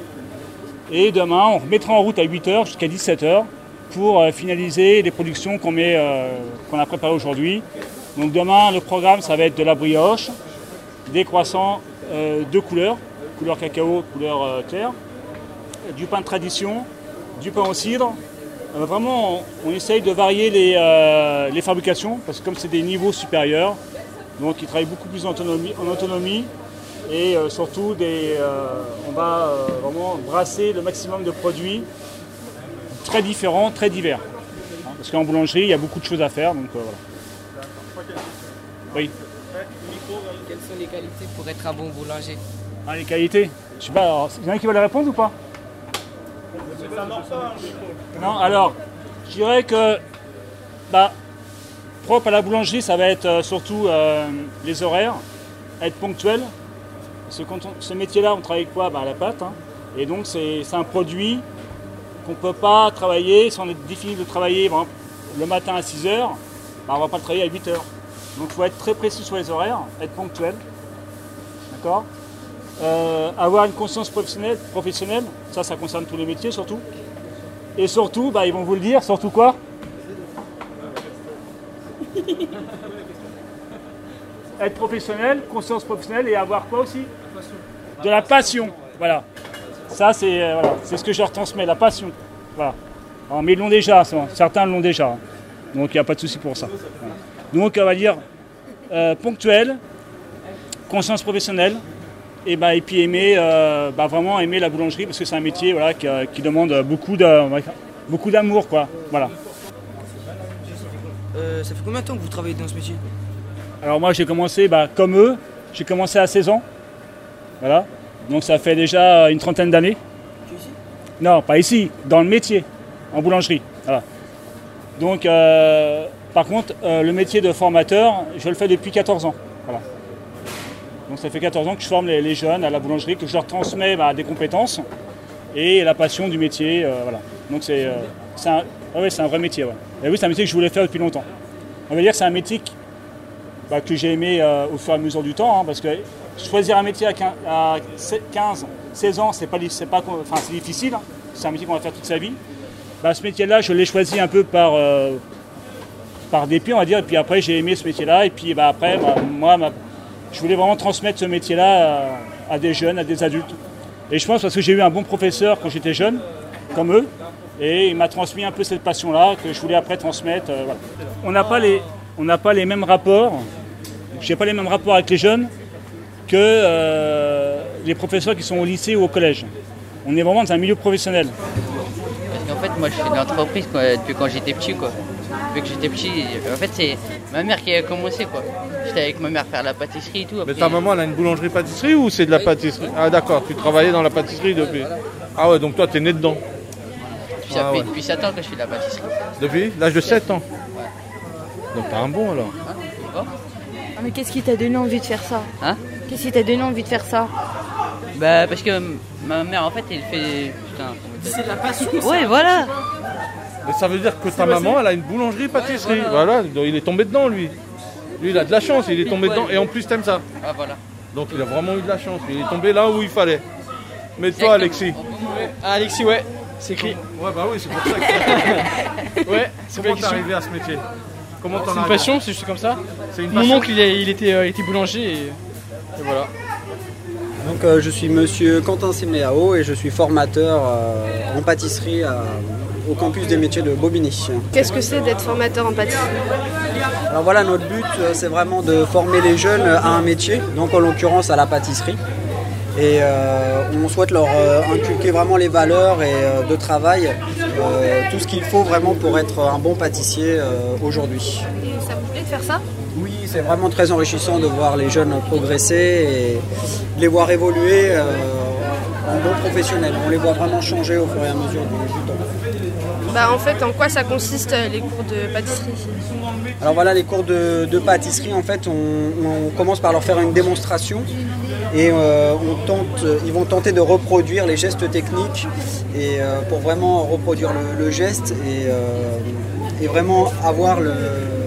Et demain, on remettra en route à huit heures jusqu'à dix-sept heures pour euh, finaliser les productions qu'on met, euh, qu'on a préparées aujourd'hui. Donc demain, le programme, ça va être de la brioche, des croissants euh, de couleurs, couleur cacao, couleur euh, claire, du pain de tradition, du pain au cidre. Euh, vraiment, on, on essaye de varier les, euh, les fabrications, parce que comme c'est des niveaux supérieurs, donc ils travaillent beaucoup plus en autonomie, en autonomie et euh, surtout, des, euh, on va euh, vraiment brasser le maximum de produits très différents, très divers. Hein, parce qu'en boulangerie, il y a beaucoup de choses à faire, donc euh, voilà. Oui. Quelles sont les qualités pour être un bon boulanger? Ah, les qualités? Je sais pas, il y en a qui veulent répondre ou pas? Non, alors, je dirais que bah, propre à la boulangerie, ça va être euh, surtout euh, les horaires, être ponctuel. Parce que quand on, ce métier-là, on travaille avec quoi? Bah, à la pâte. Hein. Et donc, c'est un produit qu'on ne peut pas travailler. Si on est défini de travailler bon, le matin à six heures, bah, on ne va pas le travailler à huit heures. Donc, il faut être très précis sur les horaires, être ponctuel. D'accord? Euh, avoir une conscience professionnelle, professionnelle, ça, ça concerne tous les métiers surtout. Et surtout, bah, ils vont vous le dire, surtout quoi? Être professionnel, conscience professionnelle et avoir quoi aussi? De la passion. Voilà. Ça, c'est euh, voilà, c'est ce que je leur transmets, la passion. Voilà. Alors, mais ils l'ont déjà, ça. Certains l'ont déjà. Donc, il n'y a pas de souci pour ça. Voilà. Donc, on va dire euh, ponctuel, conscience professionnelle. Et, bah, et puis aimer, euh, bah, vraiment aimer la boulangerie parce que c'est un métier voilà, qui, qui demande beaucoup de, beaucoup d'amour, quoi. Voilà. Euh, ça fait combien de temps que vous travaillez dans ce métier? Alors moi j'ai commencé bah, comme eux, j'ai commencé à seize ans. Voilà. Donc ça fait déjà une trentaine d'années. Non, pas ici, dans le métier, en boulangerie. Voilà. Donc euh, par contre, euh, le métier de formateur, je le fais depuis quatorze ans. Voilà. Donc ça fait quatorze ans que je forme les, les jeunes à la boulangerie, que je leur transmets bah, des compétences et la passion du métier. Euh, voilà. Donc c'est, euh, c'est, un, ah ouais, c'est un vrai métier. Ouais. Et oui, c'est un métier que je voulais faire depuis longtemps. On va dire que c'est un métier qui, bah, que j'ai aimé euh, au fur et à mesure du temps, hein, parce que choisir un métier à quinze, seize ans, c'est, pas, c'est, pas, enfin, c'est difficile. Hein. C'est un métier qu'on va faire toute sa vie. Bah, ce métier-là, je l'ai choisi un peu par, euh, par dépit, on va dire. Et puis après, j'ai aimé ce métier-là. Et puis bah, après, bah, moi, ma, je voulais vraiment transmettre ce métier-là à, à des jeunes, à des adultes. Et je pense parce que j'ai eu un bon professeur quand j'étais jeune, comme eux. Et il m'a transmis un peu cette passion-là que je voulais après transmettre. Euh, voilà. On n'a pas les, on n'a pas les mêmes rapports. J'ai pas les mêmes rapports avec les jeunes que euh, les professeurs qui sont au lycée ou au collège. On est vraiment dans un milieu professionnel. Parce qu'en fait, moi, je fais de l'entreprise quoi, depuis quand j'étais petit, quoi. Depuis que j'étais petit, en fait, c'est ma mère qui a commencé, quoi. J'étais avec ma mère faire la pâtisserie et tout. Après... Mais ta maman, elle a une boulangerie-pâtisserie ou c'est de la pâtisserie? Ah d'accord, tu travaillais dans la pâtisserie depuis. Ah ouais, donc toi, t'es né dedans. Depuis, ça ah, fait, ouais. depuis sept ans que je fais de la pâtisserie. Depuis l'âge de sept ans? Ouais. Donc t'as un bon alors. Hein bon. Ah, mais qu'est-ce qui t'a donné envie de faire ça? Hein? Qu'est-ce qui t'a donné envie de faire ça? Bah parce que ma mère en fait elle fait... Putain, c'est de la passion. Ouais voilà. Mais ça veut dire que ta maman elle a une boulangerie-pâtisserie. Ouais, voilà. Voilà, il est tombé dedans lui. Lui il a de la chance, il est tombé dedans et en plus t'aimes ça. Ah voilà. Donc il a vraiment eu de la chance, il est tombé là où il fallait. Mais toi Alexis? Ah Alexis ouais, c'est écrit. Ouais bah oui c'est pour ça que... Ouais, c'est comment t'es arrivé à ce métier? Comment t'en C'est une passion, c'est juste comme ça. C'est une Mon passion. oncle il, est, il, était, euh, il était boulanger et, et voilà. Donc euh, je suis monsieur Quentin Siméao et je suis formateur euh, en pâtisserie à, au campus des métiers de Bobigny. Qu'est-ce que c'est d'être formateur en pâtisserie? Alors voilà, notre but euh, c'est vraiment de former les jeunes à un métier, donc en l'occurrence à la pâtisserie. Et euh, on souhaite leur euh, inculquer vraiment les valeurs et, euh, de travail, euh, tout ce qu'il faut vraiment pour être un bon pâtissier euh, aujourd'hui. Et ça vous plaît de faire ça? Oui, c'est vraiment très enrichissant de voir les jeunes progresser et de les voir évoluer euh, en bons professionnels. On les voit vraiment changer au fur et à mesure du, du temps. Bah en fait, en quoi ça consiste les cours de pâtisserie? Alors voilà, les cours de, de pâtisserie, en fait, on, on commence par leur faire une démonstration et euh, on tente, ils vont tenter de reproduire les gestes techniques et euh, pour vraiment reproduire le, le geste et, euh, et vraiment avoir le,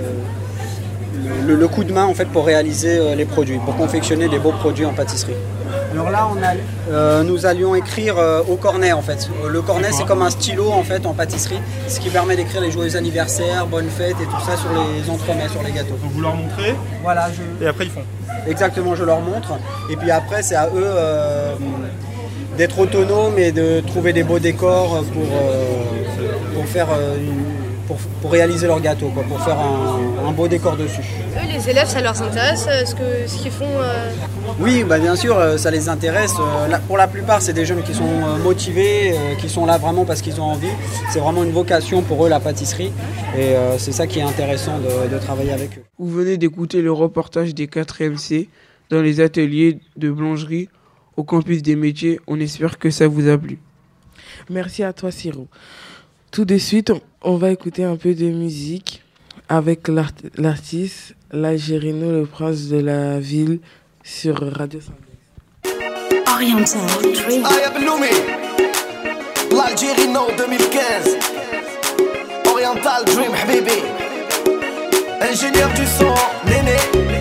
le, le coup de main en fait pour réaliser euh, les produits, pour confectionner des beaux produits en pâtisserie. Alors là, on a, euh, nous allions écrire euh, au cornet en fait. Le cornet, c'est comme un stylo en fait en pâtisserie, ce qui permet d'écrire les joyeux anniversaires, bonnes fêtes et tout ça sur les entremets, sur les gâteaux. Donc vous leur montrez. Voilà. Je... Et après ils font. Exactement, je leur montre. Et puis après, c'est à eux euh, d'être autonomes et de trouver des beaux décors pour, euh, pour faire euh, une... Pour, pour réaliser leur gâteau, quoi, pour faire un, un beau décor dessus. Eux, les élèves, ça leur intéresse ce, que, ce qu'ils font euh... Oui, bah bien sûr, ça les intéresse. Pour la plupart, c'est des jeunes qui sont motivés, qui sont là vraiment parce qu'ils ont envie. C'est vraiment une vocation pour eux, la pâtisserie. Et c'est ça qui est intéressant de, de travailler avec eux. Vous venez d'écouter le reportage des quatrième C dans les ateliers de boulangerie au campus des métiers. On espère que ça vous a plu. Merci à toi, Siro. Tout de suite, on va écouter un peu de musique avec l'art- l'artiste L'Algérino, le prince de la ville, sur Radio Syndex. Oriental Dream. L'Algérino deux mille quinze. Oriental Dream, habibi. Ingénieur du son, Néné.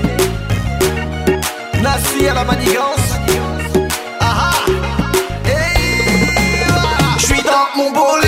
Nassi à la manigance. Ah ah. Je suis dans mon bolide.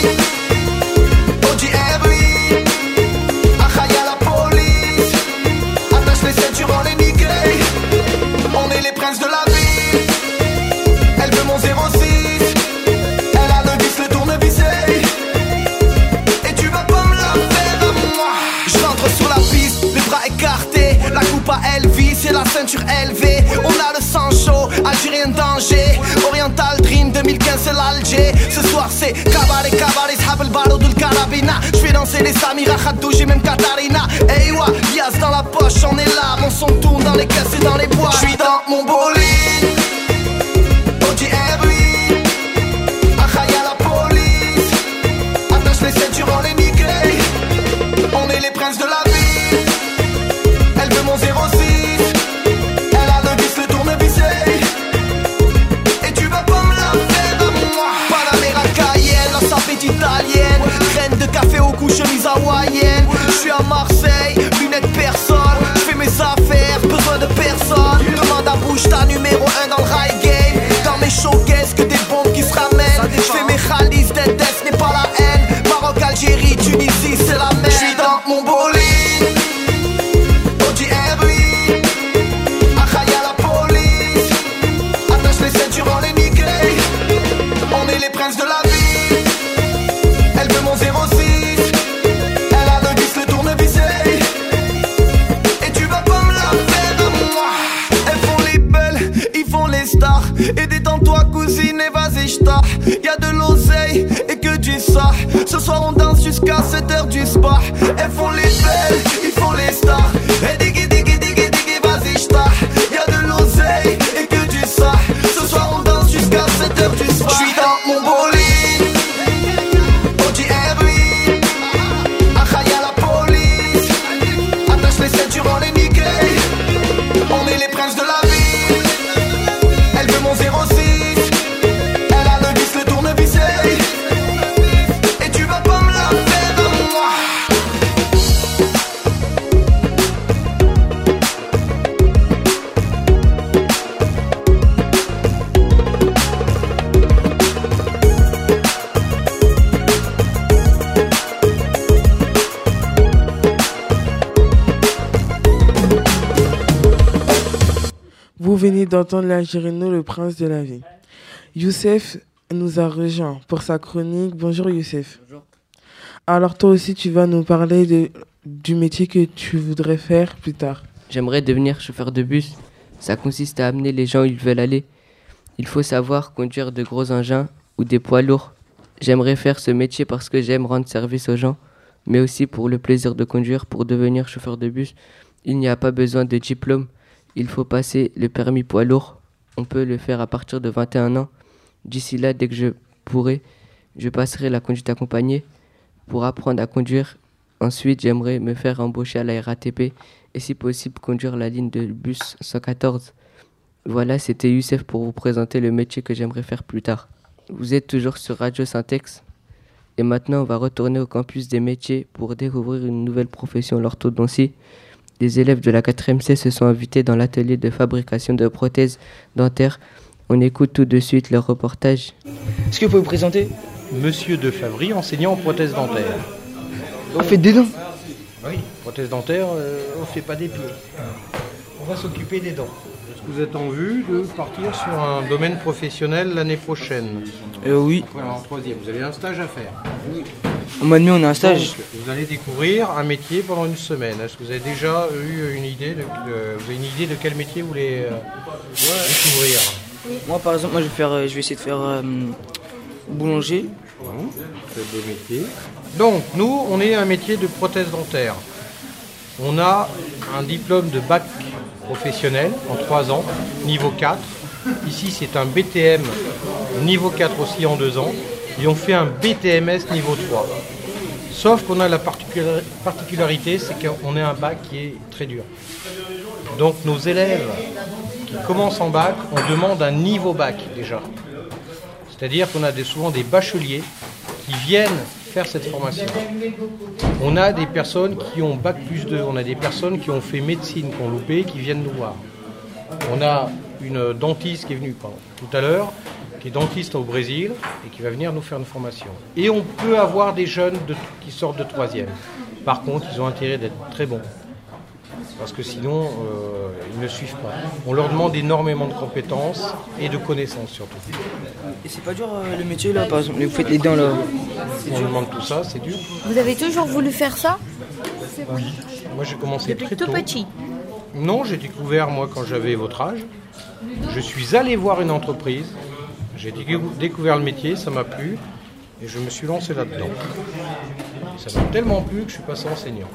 On est les princes de la ville. Elle veut mon zéro six. Elle a le vis, le tournevis. Et tu vas pas me la faire à moi. Je rentre sur la piste, les bras écartés. La coupe à Elvis et la ceinture élevée. On a le sang chaud, Algérien danger. Oriental Dream deux mille quinze, c'est l'Alger. Ce soir c'est cabaret, cabaret, Habel Baro de Carabina. J'fais danser les Samira, Khadouji, même Katarina. Hey wa, Lias dans la poche, on est là. Mon son tourne dans les caisses et dans les bois. J'suis dans mon bolide. Audi R huit. Achaïa la police. Attache les ceintures, on les migré. On est les princes de la ville. Elle veut mon zéro six. Elle a le vis, le tournevis. Et tu vas pas me la faire à moi. à Marseille, lunettes personne. Je fais mes affaires, besoin de personne. Demande à Bouche, ta numéro un dans le rail game. Dans mes showcases, que des bombes qui se ramènent. Je fais mes khalis, d'Edès n'est pas la haine. Maroc, Algérie, Tunisie, c'est la même. Je suis dans mon bolide, Audi R huit. Achaï à la police, attache les ceintures, on les niquer. On est les princes de la vie. Elle veut mon zéro six. Elle a le disque, le tournevis. Et tu vas pas me la faire à moi. Elles font les belles, ils font les stars. Et détends-toi cousine et vas-y j't'as. Y'a de l'oseille et que du ça. Ce soir on danse jusqu'à sept heures du soir. Elles font les belles, ils font les stars. Et diggy diggy diggy diggy vas-y j't'as. Y'a de l'oseille et que du ça. Ce soir on danse jusqu'à sept heures du soir. J'suis dans mon bolide, Audi R huit. Achaï à la police, attache les ceintures, on les niquer. On est les princes de la vie. Elle veut mon zéro six. Elle a le disque, le tournevis. Et tu vas pas me la faire à moi. Vous venez d'entendre l'Algérino, le prince de la vie. Youssef nous a rejoint pour sa chronique. Bonjour Youssef. Bonjour. Alors toi aussi tu vas nous parler de, du métier que tu voudrais faire plus tard. J'aimerais devenir chauffeur de bus. Ça consiste à amener les gens où ils veulent aller. Il faut savoir conduire de gros engins ou des poids lourds. J'aimerais faire ce métier parce que j'aime rendre service aux gens, mais aussi pour le plaisir de conduire. Pour devenir chauffeur de bus, il n'y a pas besoin de diplôme. Il faut passer le permis poids lourd. On peut le faire à partir de vingt et un ans. D'ici là, dès que je pourrai, je passerai la conduite accompagnée pour apprendre à conduire. Ensuite, j'aimerais me faire embaucher à la R A T P et si possible conduire la ligne de bus cent quatorze. Voilà, c'était Youssef pour vous présenter le métier que j'aimerais faire plus tard. Vous êtes toujours sur Radio Syntex. Et maintenant, on va retourner au campus des métiers pour découvrir une nouvelle profession, l'orthodontie. Les élèves de la quatrième C se sont invités dans l'atelier de fabrication de prothèses dentaires. On écoute tout de suite leur reportage. Est-ce que vous pouvez vous présenter? Monsieur De Favry, enseignant en prothèse dentaire. On fait des dents? Oui, prothèse dentaire, euh, on ne fait pas des pieds. On va s'occuper des dents. Est-ce que vous êtes en vue de partir sur un domaine professionnel l'année prochaine? Euh, oui. Voilà, en troisième, vous avez un stage à faire. Oui. Au mois de mai, on a un stage. Donc, vous allez découvrir un métier pendant une semaine. Est-ce que vous avez déjà eu une idée de, de, vous avez une idée de quel métier vous voulez euh, ouais. découvrir? Oui. Moi, par exemple, moi, je vais faire, je vais essayer de faire euh, boulanger. Bon, très beau métier. Donc, nous, on est un métier de prothèse dentaire. On a un diplôme de bac professionnel en trois ans, niveau quatre. Ici, c'est un B T M niveau quatre aussi en deux ans. Et on fait un B T M S niveau trois. Sauf qu'on a la particularité, c'est qu'on a un bac qui est très dur. Donc nos élèves qui commencent en bac, on demande un niveau bac déjà. C'est-à-dire qu'on a des, souvent des bacheliers qui viennent faire cette formation. On a des personnes qui ont bac plus deux, on a des personnes qui ont fait médecine, qui ont loupé, qui viennent nous voir. On a une dentiste qui est venue pardon, tout à l'heure, qui est dentiste au Brésil et qui va venir nous faire une formation. Et on peut avoir des jeunes de, qui sortent de troisième. Par contre, ils ont intérêt d'être très bons. Parce que sinon, euh, ils ne suivent pas. On leur demande énormément de compétences et de connaissances surtout. Et c'est pas dur euh, le métier là, par exemple, vous faites les dents là. On demande tout ça, c'est dur. Vous avez toujours voulu faire ça? Oui. Moi j'ai commencé Depuis très tout tôt. petit? Non, j'ai découvert moi quand j'avais votre âge. Je suis allé voir une entreprise. J'ai découvert le métier, ça m'a plu et je me suis lancé là-dedans. Ça m'a tellement plu que je suis passé enseignant.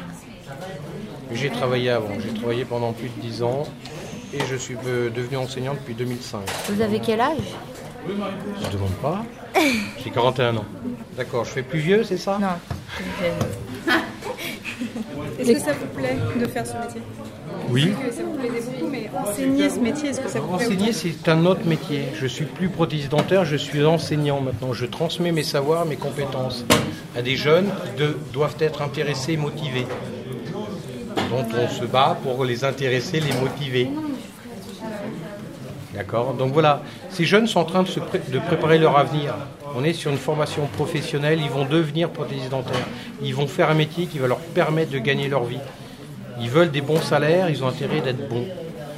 Mais j'ai travaillé avant, j'ai travaillé pendant plus de dix ans et je suis devenu enseignant depuis deux mille cinq. Vous avez quel âge? Je ne demande pas. J'ai quarante et un ans. D'accord, je fais plus vieux, c'est ça? Non. Est-ce que ça vous plaît de faire ce métier? Oui. Que ça vous plaisait beaucoup, mais enseigner ce métier, est-ce que ça vous plaît? Enseigner, c'est un autre métier. Je suis plus prothésiste dentaire, je suis enseignant maintenant. Je transmets mes savoirs, mes compétences à des jeunes qui de, doivent être intéressés et motivés. Donc on se bat pour les intéresser, les motiver. D'accord. Donc voilà, ces jeunes sont en train de, se pré- de préparer leur avenir. On est sur une formation professionnelle, ils vont devenir prothésistes dentaires. Ils vont faire un métier qui va leur permettre de gagner leur vie. Ils veulent des bons salaires, ils ont intérêt d'être bons.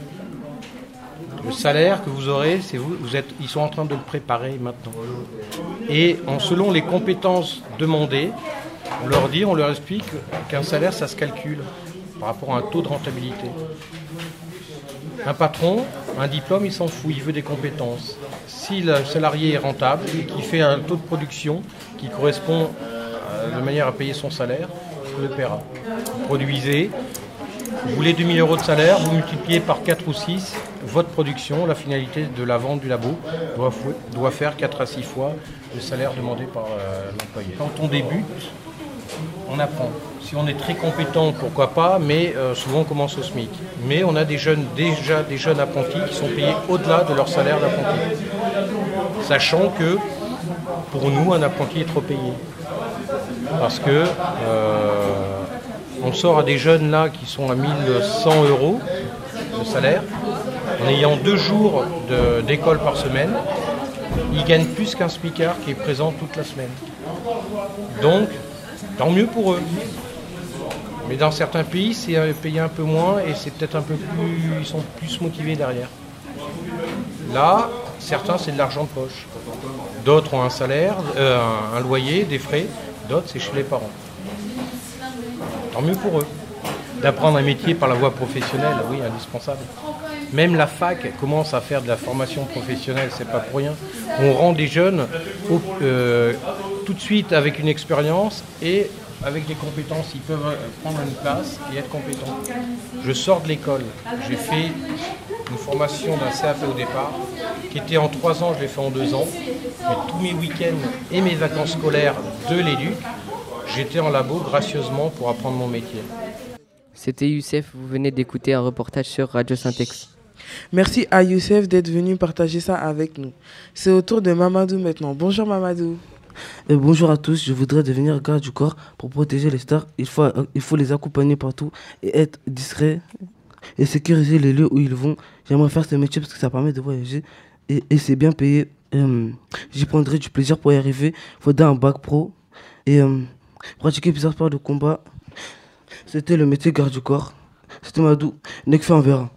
Le salaire que vous aurez, c'est vous, vous êtes, ils sont en train de le préparer maintenant. Et en selon les compétences demandées, on leur dit, on leur explique qu'un salaire, ça se calcule par rapport à un taux de rentabilité. Un patron, un diplôme, il s'en fout, il veut des compétences. Si le salarié est rentable et qu'il fait un taux de production qui correspond de manière à payer son salaire, il le paiera. Vous produisez, vous voulez deux mille euros de salaire, vous multipliez par quatre ou six votre production, la finalité de la vente du labo doit, doit faire quatre à six fois le salaire demandé par euh, l'employé. Quand on débute, on apprend. Si on est très compétent, pourquoi pas, mais euh, souvent on commence au SMIC. Mais on a des jeunes, déjà des jeunes apprentis qui sont payés au-delà de leur salaire d'apprenti. Sachant que, pour nous, un apprenti est trop payé. Parce que euh, on sort à des jeunes là qui sont à mille cent euros de salaire, en ayant deux jours de, d'école par semaine, ils gagnent plus qu'un SMICard qui est présent toute la semaine. Donc, tant mieux pour eux. Mais dans certains pays, c'est payé un peu moins et c'est peut-être un peu plus, ils sont plus motivés derrière. Là, certains, c'est de l'argent de poche. D'autres ont un salaire, euh, un loyer, des frais. D'autres, c'est chez les parents. Tant mieux pour eux. D'apprendre un métier par la voie professionnelle, oui, indispensable. Même la fac commence à faire de la formation professionnelle, c'est pas pour rien. On rend des jeunes au, euh, tout de suite avec une expérience et avec des compétences. Ils peuvent prendre une place et être compétents. Je sors de l'école. J'ai fait une formation d'un C A P au départ, qui était en trois ans, je l'ai fait en deux ans. Mais tous mes week-ends et mes vacances scolaires de l'éduc, j'étais en labo gracieusement pour apprendre mon métier. C'était Youssef, vous venez d'écouter un reportage sur Radio Syntex. Merci à Youssef d'être venu partager ça avec nous. C'est au tour de Mamadou maintenant. Bonjour Mamadou. Euh, bonjour à tous, je voudrais devenir garde du corps pour protéger les stars. Il faut, euh, il faut les accompagner partout et être discret et sécuriser les lieux où ils vont. J'aimerais faire ce métier parce que ça permet de voyager et, et c'est bien payé. Euh, j'y prendrai du plaisir pour y arriver. Il faudrait un bac pro et euh, pratiquer plusieurs sports de combat. C'était le métier garde du corps. C'était Madou. Nekfé, on verra.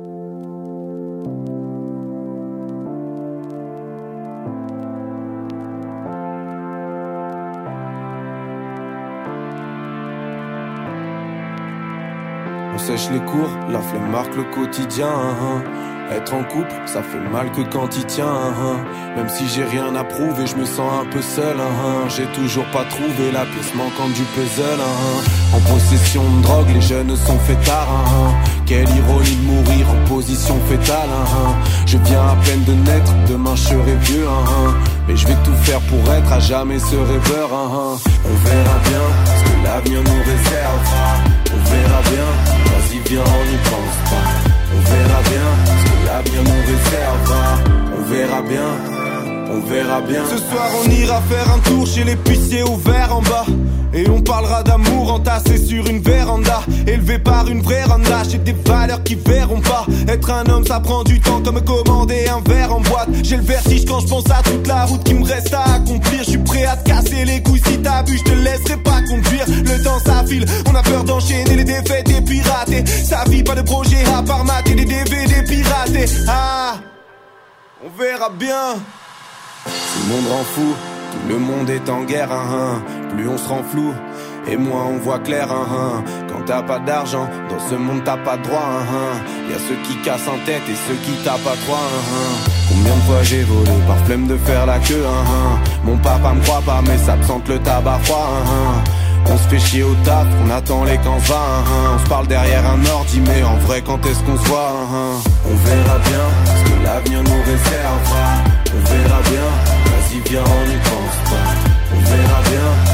On sèche les cours, la flemme marque le quotidien. Hein. Être en couple, ça fait mal que quand il tient. Hein. Même si j'ai rien à prouver, je me sens un peu seul. Hein. J'ai toujours pas trouvé la pièce manquante du puzzle. Hein. En possession de drogue, les jeunes sont fêtards. Hein. Quelle ironie de mourir en position fétale. Hein. Je viens à peine de naître, demain je serai vieux. Hein. Mais je vais tout faire pour être à jamais ce rêveur. Hein. On verra bien ce que l'avenir nous réserve. On verra bien, vas-y viens on n'y pense pas. On verra bien ce que l'avenir nous réserve. On verra bien, on verra bien. Ce soir on ira faire un tour chez l'épicier ouvert en bas. Et on parlera d'amour entassé sur une véranda. Élevé par une vraie randa. J'ai des valeurs qui verront pas. Être un homme ça prend du temps comme commander un verre en boîte. J'ai le vertige quand je pense à toute la route qui me reste à accomplir. Je suis prêt à te casser les couilles si t'as bu, je te laisserai pas conduire. Le temps ça file, on a peur d'enchaîner les défaites et pirater. Sa vie pas de projet à part mater des D V D piratés. Ah, on verra bien. Tout le monde rend fou, tout le monde est en guerre. Hein, hein. Plus on se rend flou et moins on voit clair. Hein, hein. Quand t'as pas d'argent, dans ce monde t'as pas de droit. Hein, hein. Y'a ceux qui cassent en tête et ceux qui tapent à trois. Hein, hein. Combien de fois j'ai volé par flemme de faire la queue. Hein, hein. Mon papa me croit pas mais ça me sente le tabac froid. Hein, hein. On se fait chier au taf, on attend les camps va. Hein, hein. On se parle derrière un ordi mais en vrai quand est-ce qu'on se voit. Hein, hein. On verra bien ce que l'avenir nous réservera. On verra bien, vas-y viens on n'y pense pas. On verra bien ce que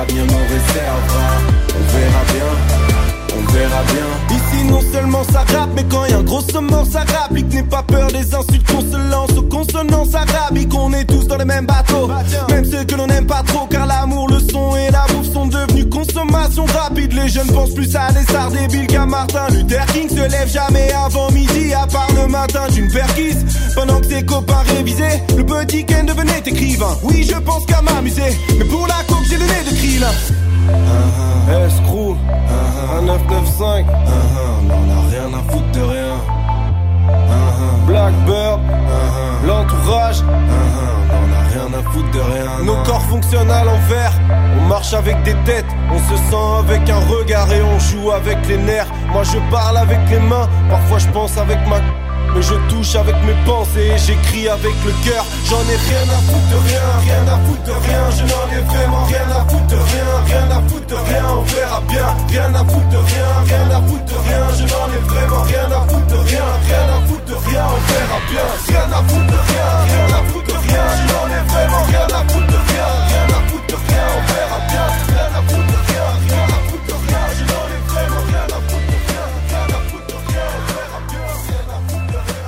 l'avenir m'en réservera. On verra bien, on verra bien. Ici non seulement ça rappe, mais quand y a un gros mort ça rapique. N'aie pas peur des insultes qu'on se lance aux consonances arabiques. On est tous dans les mêmes bateaux, même ceux que l'on n'aime pas trop. Car l'amour, le son et la bouffe sont devenus consommation rapide. Les jeunes pensent plus à des stars débiles qu'à Martin Luther King. Se lève jamais avant midi, à part le matin d'une perquise. Pendant que ses copains révisaient, le petit Ken devenait écrivain. Oui, je pense qu'à m'amuser, mais pour la coke j'ai le nez de krill. Uh-huh. Escrew, uh-huh. un neuf neuf cinq, uh-huh. mais on a rien à foutre de rien. Uh-huh. Blackbird, uh-huh. l'entourage, uh-huh. mais on a rien à foutre de rien. Nos corps fonctionnent à l'envers, on marche avec des têtes, on se sent avec un regard et on joue avec les nerfs. Moi je parle avec les mains, parfois je pense avec ma... mais je touche avec mes pensées, j'écris avec le cœur. J'en ai rien à foutre de rien, rien à foutre de rien. Je n'en ai vraiment rien à foutre de rien, rien à foutre de rien. On verra bien, rien à foutre de rien, rien à foutre de rien. Je n'en ai vraiment rien à foutre de rien, rien à foutre de rien. On verra bien, rien à foutre de rien, rien à foutre de rien. Je n'en ai vraiment rien à foutre de rien, rien à foutre de rien. On verra bien, rien à foutre de rien, rien à foutre de rien. Je n'en ai vraiment rien à foutre de rien, rien à foutre de rien. On verra bien, rien à foutre de rien.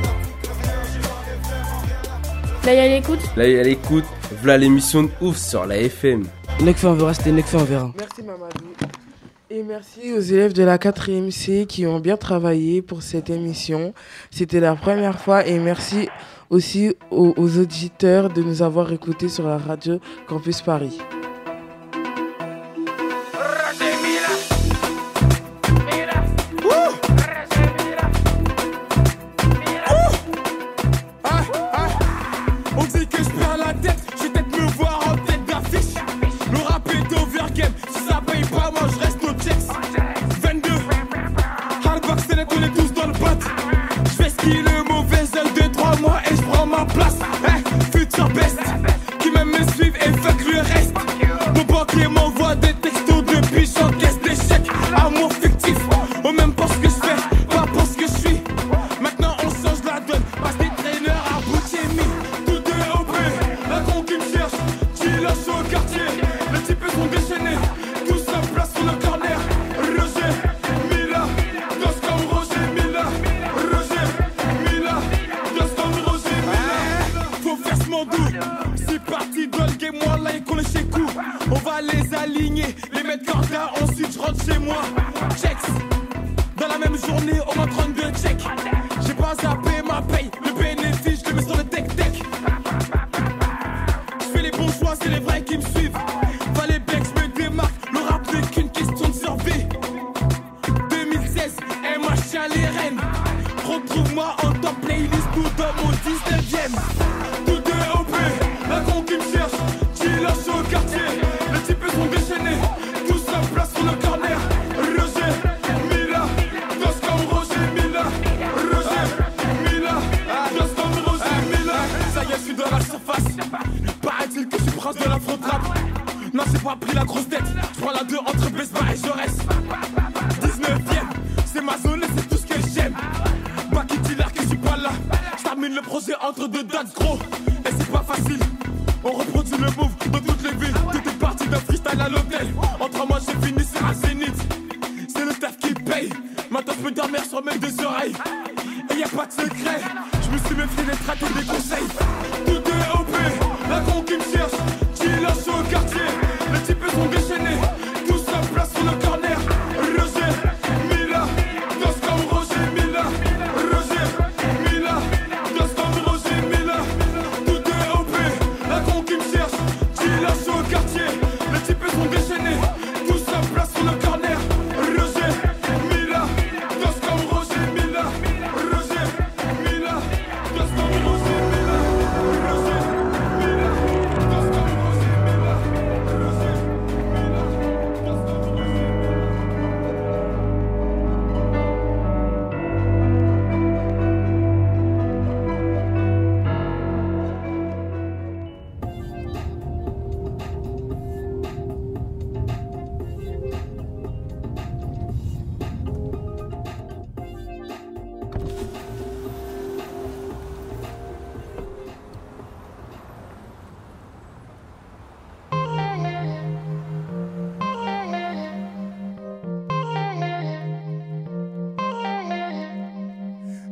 Là, il y a l'écoute. Là, il y a l'écoute. Voilà l'émission de ouf sur la F M. Nekfeu, on verra, c'était Nekfeu, on verra. Merci Mamadou. Et merci aux élèves de la quatrième C qui ont bien travaillé pour cette émission. C'était la première fois et merci aussi aux, aux auditeurs de nous avoir écoutés sur la radio Campus Paris.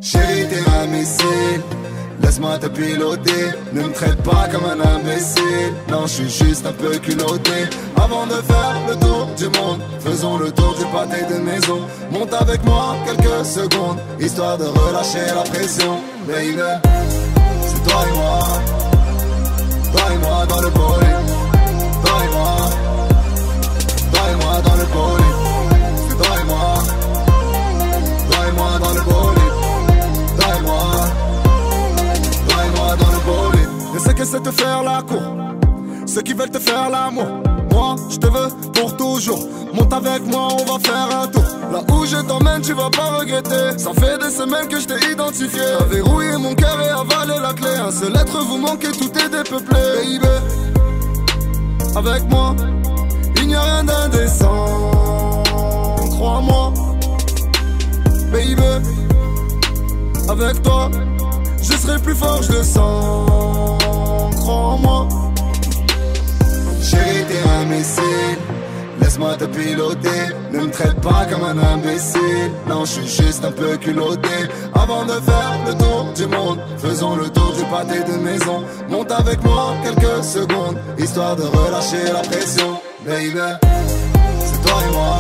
Chérie, t'es un missile. Laisse-moi te piloter, ne me traite pas comme un imbécile. Non, je suis juste un peu culotté. Avant de faire le tour du monde, faisons le tour du pâté de maison. Monte avec moi quelques secondes, histoire de relâcher la pression. Baby, c'est toi et moi, toi et moi dans le bolide. Toi et moi, toi et moi dans le bolide. C'est toi et moi, toi et moi dans le bolide. Toi et moi, dans le bolide. Je sais que c'est te faire la cour, ceux qui veulent te faire l'amour. Moi, je te veux pour toujours. Monte avec moi, on va faire un tour. Là où je t'emmène, tu vas pas regretter. Ça fait des semaines que je t'ai identifié. T'as verrouillé mon cœur et avalé la clé. Un seul être vous manque et tout est dépeuplé. Baby, avec moi, il n'y a rien d'indécent. Crois-moi, baby, avec toi je serai plus fort, je le sens, crois-moi. Chérie, t'es un missile, laisse-moi te piloter. Ne me traite pas comme un imbécile. Non, je suis juste un peu culotté. Avant de faire le tour du monde, faisons le tour du pâté de maison. Monte avec moi quelques secondes, histoire de relâcher la pression. Baby, c'est toi et moi,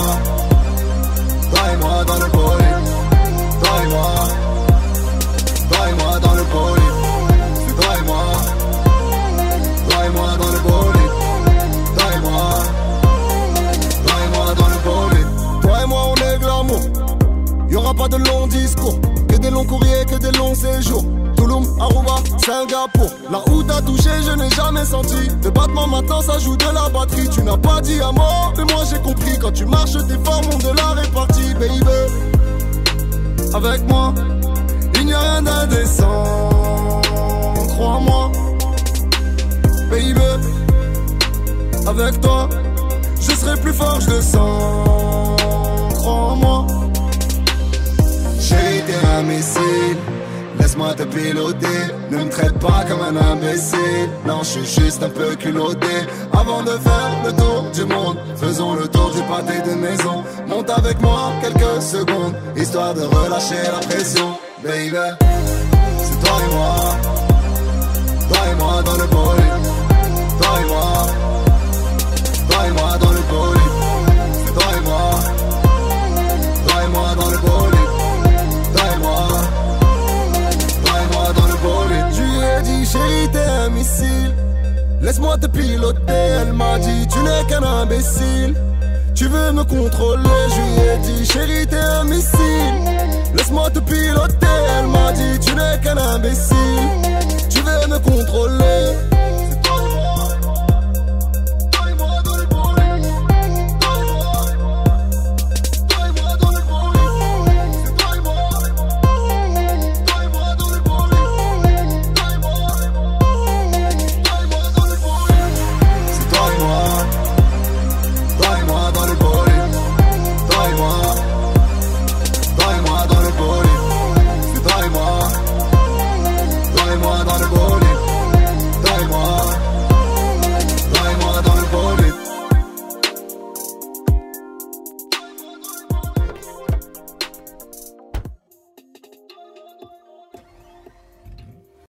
toi et moi dans le bolide. Toi et moi, toi et moi dans le bolide. C'est toi et moi, toi et moi dans le bolide. Toi et moi, toi et moi dans le bolide. Toi et moi on est glamour. Y'aura pas de longs discours, que des longs courriers, que des longs séjours. Touloum, Aruba, Singapour. Là où t'as touché, je n'ai jamais senti de battement, maintenant ça joue de la batterie. Tu n'as pas dit à mort, mais moi j'ai compris. Quand tu marches, tes formes ont de la répartie, baby. Avec moi, il n'y a rien d'indécent, crois-moi, baby. Avec toi, je serai plus fort, je le sens, crois-moi. Chérie, t'es un missile, laisse-moi te piloter. Ne me traite pas comme un imbécile. Non, je suis juste un peu culotté. Avant de faire le tour du monde, faisons le tour du pâté de maison. Monte avec moi quelques secondes, histoire de relâcher la pression. Baby, c'est toi et moi, toi et moi dans le bolide. Toi et moi, toi et moi dans le bolide. C'est toi et moi, toi et moi dans le bolide. Toi et moi, toi et moi dans le bolide. Je lui ai dit chérie t'es un missile, laisse-moi te piloter. Elle m'a dit tu n'es qu'un imbécile, tu veux me contrôler. Je lui ai dit chérie t'es un missile, laisse-moi te piloter.